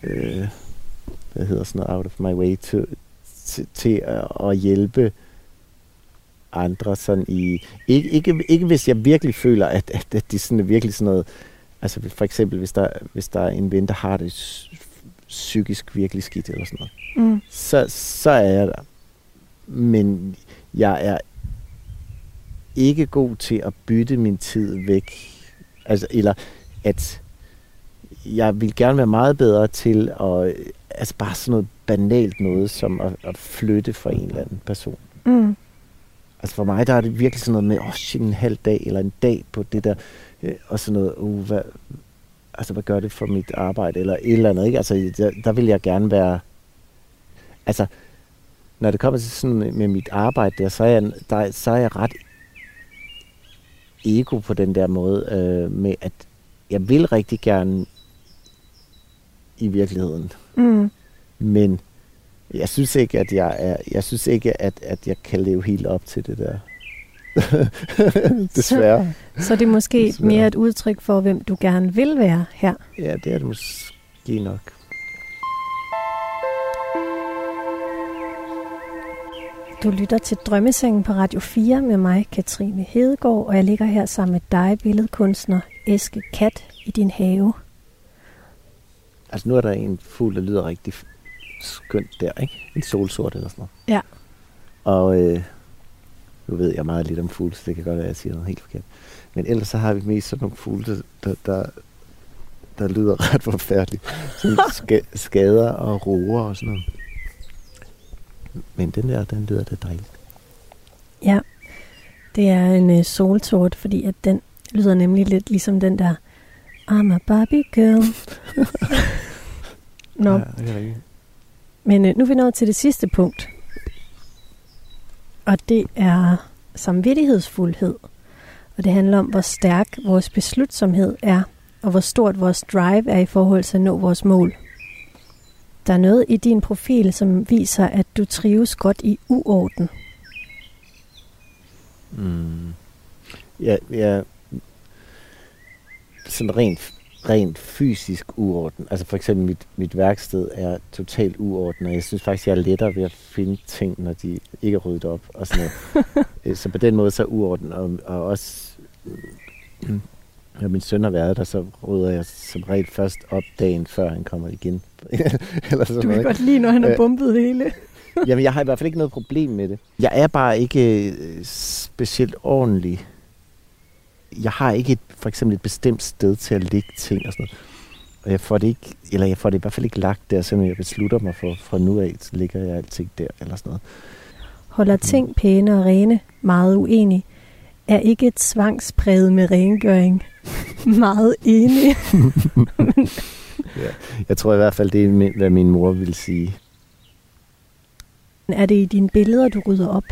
øh, hvad hedder sådan noget, out of my way, til, til, til at, at hjælpe andre sådan i, ikke, ikke, ikke hvis jeg virkelig føler, at, at, at det sådan er virkelig sådan noget, altså for eksempel, hvis der, hvis der er en ven, der har det psykisk virkelig skidt eller sådan noget, mm. så, så er jeg der. Men jeg er ikke god til at bytte min tid væk. Altså, eller at jeg vil gerne være meget bedre til at, altså bare sådan noget banalt noget, som at, at flytte for en eller anden person. Mm. Altså for mig, der er det virkelig sådan noget med, åh, oh, shit, en halv dag, eller en dag på det der, øh, og sådan noget, uh, hvad, altså hvad gør det for mit arbejde, eller et eller andet, ikke? Altså, der, der vil jeg gerne være, altså, når det kommer til sådan med, med mit arbejde der, så er jeg, der, så er jeg ret ego på den der måde, øh, med at jeg vil rigtig gerne i virkeligheden. Mm. Men jeg synes ikke, at jeg er, jeg synes ikke, at, at jeg kan leve helt op til det der. Desværre. Så, så det er måske Desværre. mere et udtryk for, hvem du gerne vil være her. Ja, det er det måske nok. Du lytter til Drømmesengen på Radio fire med mig, Katrine Hedegaard, og jeg ligger her sammen med dig, billedkunstner Eske Kat, i din have. Altså nu er der en fugl, der lyder rigtig skønt der, ikke? En solsort eller sådan noget. Ja. Og øh, nu ved jeg meget lidt om fugle, så det kan godt være, at jeg siger noget helt forkert. Men ellers så har vi mest sådan nogle fugle, der, der, der, der lyder ret forfærdeligt. Sådan ska- skader og roer og sådan noget. Men den der, den lyder det dejligt. Ja, det er en øh, solsort, fordi at den lyder nemlig lidt ligesom den der I'm a Barbie girl. Nå. Ja, det er rigtigt. Men øh, nu er vi nået til det sidste punkt. Og det er samvittighedsfuldhed. Og det handler om, hvor stærk vores beslutsomhed er, og hvor stort vores drive er i forhold til at nå vores mål. Der er noget i din profil, som viser, at du trives godt i uorden. Mm. Ja, ja. Sådan rent, rent fysisk uorden. Altså for eksempel mit, mit værksted er totalt uorden, og jeg synes faktisk, jeg er lettere ved at finde ting, når de ikke er ryddet op. Og sådan noget. Så på den måde så er uorden, og, og også når min søn har været der, så rydder jeg som regel først op dagen, før han kommer igen. Eller sådan du kan noget. godt lide, når han har bumpet det hele. Jamen, jeg har i hvert fald ikke noget problem med det. Jeg er bare ikke specielt ordentlig. Jeg har ikke et, for eksempel et bestemt sted til at lægge ting og sådan noget. Og jeg får det ikke, eller jeg får det i hvert fald ikke lagt der, så når jeg beslutter mig for, fra nu af, så ligger jeg alting der, eller sådan noget. Holder ting pæne og rene, meget uenig, er ikke et tvangspræget med rengøring. Meget enig. Ja, jeg tror i hvert fald, det er, hvad min mor vil sige. Er det i dine billeder, du rydder op?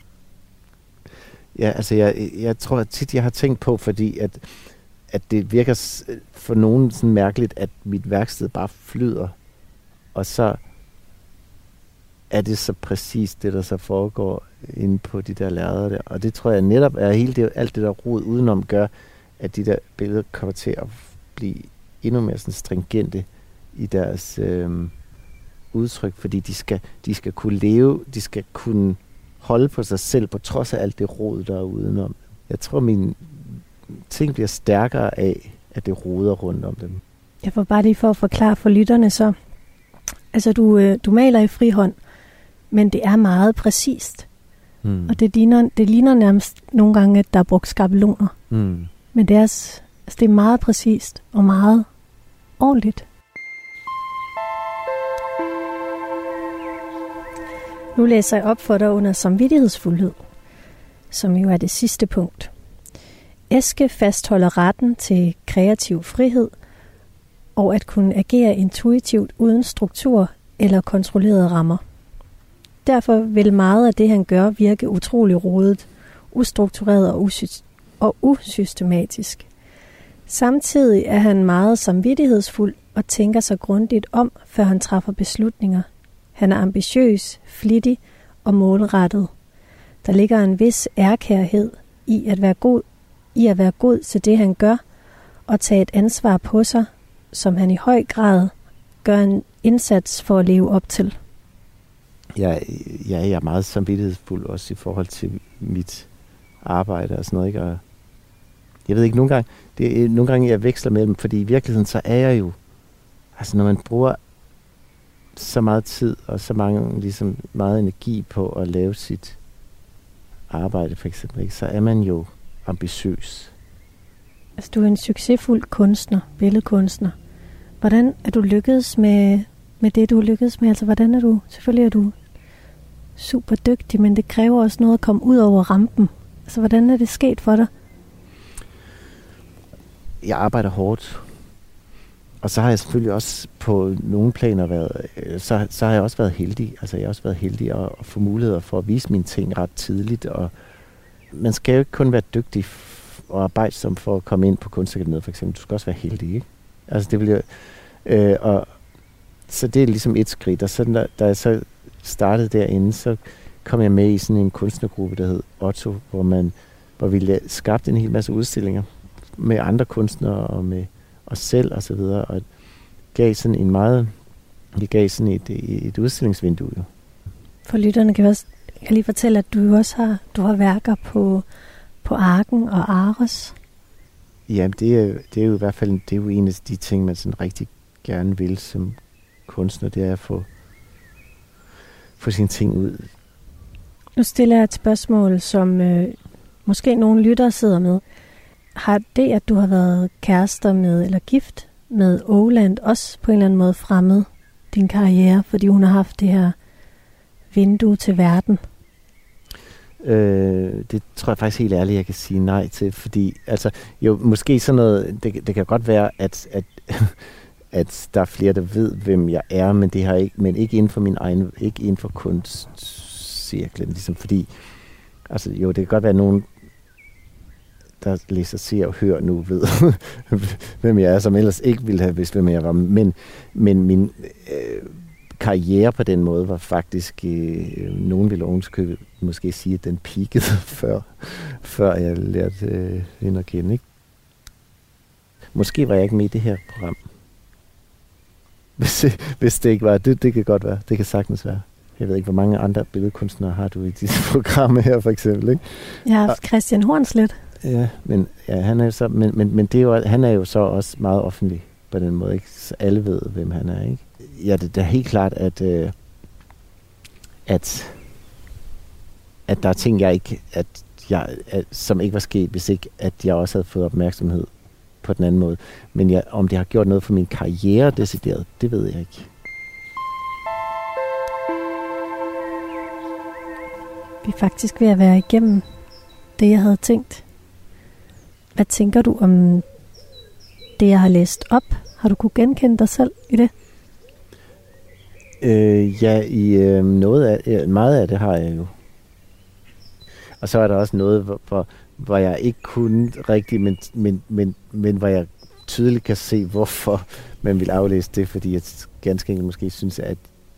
Ja, altså jeg, jeg tror tit, jeg har tænkt på, fordi at, at det virker for nogen sådan mærkeligt, at mit værksted bare flyder, og så er det så præcis det, der så foregår inde på de der lærreder der. Og det tror jeg netop er hele det, alt det der rod udenom gør, at de der billeder kommer til at blive endnu mere sådan stringente i deres øh, udtryk, fordi de skal, de skal kunne leve, de skal kunne holde på sig selv, på trods af alt det rod, der er udenom. Jeg tror, mine ting bliver stærkere af, at det roder rundt om dem. Jeg får bare lige for at forklare for lytterne så. Altså, du, øh, du maler i frihånd, men det er meget præcist. Mm. Og det ligner, det ligner nærmest nogle gange, at der er brugt skabeloner. Mm. Men det er, altså, det er meget præcist og meget ordentligt. Nu læser jeg op for dig under samvittighedsfuldhed, som jo er det sidste punkt. Eske fastholder retten til kreativ frihed og at kunne agere intuitivt uden struktur eller kontrollerede rammer. Derfor vil meget af det, han gør, virke utrolig rodet, ustruktureret og, usy- og usystematisk. Samtidig er han meget samvittighedsfuld og tænker sig grundigt om, før han træffer beslutninger. Han er ambitiøs, flittig og målrettet. Der ligger en vis ærkærhed i at være god, i at være god til det, han gør, og tage et ansvar på sig, som han i høj grad gør en indsats for at leve op til? Jeg, jeg, jeg er meget samvittighedsfuld også i forhold til mit arbejde og sådan noget, ikke? Og jeg ved ikke, nogle gange, det er, nogle gange jeg veksler mellem, fordi i virkeligheden så er jeg jo, altså når man bruger så meget tid og så mange, ligesom meget energi på at lave sit arbejde for eksempel, ikke? Så er man jo ambitiøs. Altså du er en succesfuld kunstner, billedkunstner. Hvordan er du lykkedes med, med det, du er lykkedes med? Altså hvordan er du, selvfølgelig er du super dygtig, men det kræver også noget at komme ud over rampen. Altså hvordan er det sket for dig? Jeg arbejder hårdt. Og så har jeg selvfølgelig også på nogle planer været, så, så har jeg også været heldig. Altså jeg har også været heldig at, at få muligheder for at vise mine ting ret tidligt. Og man skal jo ikke kun være dygtig og arbejdsom for at komme ind på Kunstakademiet for eksempel. Du skal også være heldig, ikke? Altså det vil jeg, øh, og så det er ligesom et skridt. Og så da, da jeg så startede derinde, så kom jeg med i sådan en kunstnergruppe, der hed Otto, hvor man, hvor vi skabte en hel masse udstillinger med andre kunstnere og med os selv og så videre, og gav sådan en meget, det gav sådan et, et udstillingsvindue jo. For lytterne kan jeg også kan lige fortælle, at du også har, du har værker på, på Arken og Aros. Ja, det er, det er jo i hvert fald det er jo en af de ting, man sådan rigtig gerne vil som kunstner, det er at få, få sine ting ud. Nu stiller jeg et spørgsmål, som øh, måske nogle lyttere sidder med. Har det, at du har været kærester med, eller gift med Åland, også på en eller anden måde fremmet din karriere, fordi hun har haft det her vindue til verden? Øh, det tror jeg faktisk helt ærligt, jeg kan sige nej til, fordi altså, jo, måske sådan noget, det, det kan godt være, at, at, at der er flere, der ved, hvem jeg er, men det har ikke, men ikke inden for min egen, ikke inden for kunstcirklen, ligesom fordi, altså jo, det kan godt være nogen, der læser, ser og hører nu, ved, hvem jeg er, som ellers ikke ville have vidst, hvem jeg var. Men, men min øh, karriere på den måde var faktisk, øh, nogen ville ovenkøbet måske sige, at den peakede før, før jeg lærte øh, hende at kende. Ikke? Måske var jeg ikke med i det her program. Hvis, hvis det ikke var, det, det kan godt være. Det kan sagtens være. Jeg ved ikke, hvor mange andre billedkunstnere har du i disse programmer her, for eksempel, ikke? Jeg har haft Christian Hornslet. Ja, men ja, han er jo så, men, men, men det er jo, han er jo så også meget offentlig på den måde, ikke? Så alle ved, hvem han er, ikke? Ja, det, det er helt klart, at, øh, at, at der er ting, jeg ikke, at jeg, at, som ikke var sket, hvis ikke, at jeg også havde fået opmærksomhed på den anden måde. Men jeg, om det har gjort noget for min karriere decideret, det ved jeg ikke. Vi er faktisk ved at være igennem det, jeg havde tænkt. Hvad tænker du om det, jeg har læst op? Har du kunne genkende dig selv i det? Øh, ja, i øh, noget af, meget af det har jeg jo. Og så er der også noget, hvor, hvor, hvor jeg ikke kunne rigtigt, men, men, men, men hvor jeg tydeligt kan se, hvorfor man vil aflæse det, fordi jeg ganske enkelt måske synes, at,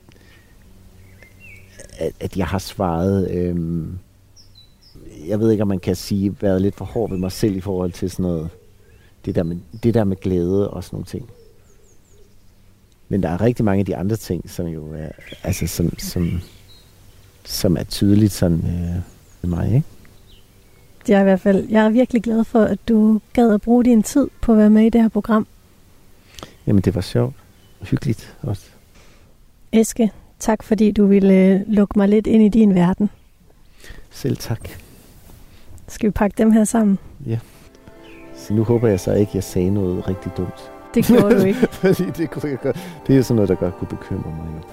at, at jeg har svaret... Øh, jeg ved ikke, om man kan sige, været lidt for hård ved mig selv i forhold til sådan noget, det der med, det der med glæde og sådan nogle ting. Men der er rigtig mange af de andre ting, som jo er, altså som, som, som er tydeligt sådan øh, med mig, ikke? Jeg er i hvert fald, jeg er virkelig glad for, at du gad at bruge din tid på at være med i det her program. Jamen, det var sjovt. Hyggeligt også. Eske, tak fordi du ville lukke mig lidt ind i din verden. Selv tak. Skal vi pakke dem her sammen? Ja. Så nu håber jeg så ikke, at jeg sagde noget rigtig dumt. Det gjorde du ikke. Fordi det, kunne jeg godt, det er sådan noget, der godt kunne bekymre mig. Jo.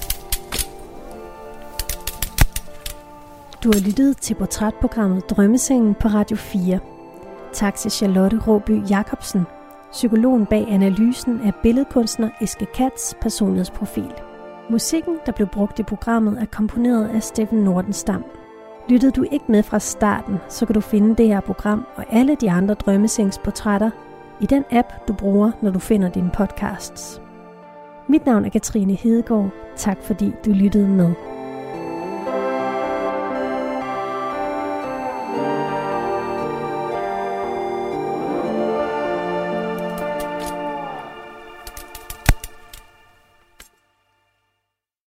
Du har lyttet til portrætprogrammet Drømmesengen på Radio fire. Tak til Charlotte Råby Jacobsen, psykologen bag analysen af billedkunstner Eske Katz' personlighedsprofil. Musikken, der blev brugt i programmet, er komponeret af Steffen Nordenstam. Lyttede du ikke med fra starten, så kan du finde det her program og alle de andre drømmesengsportrætter i den app, du bruger, når du finder dine podcasts. Mit navn er Katrine Hedegaard. Tak fordi du lyttede med.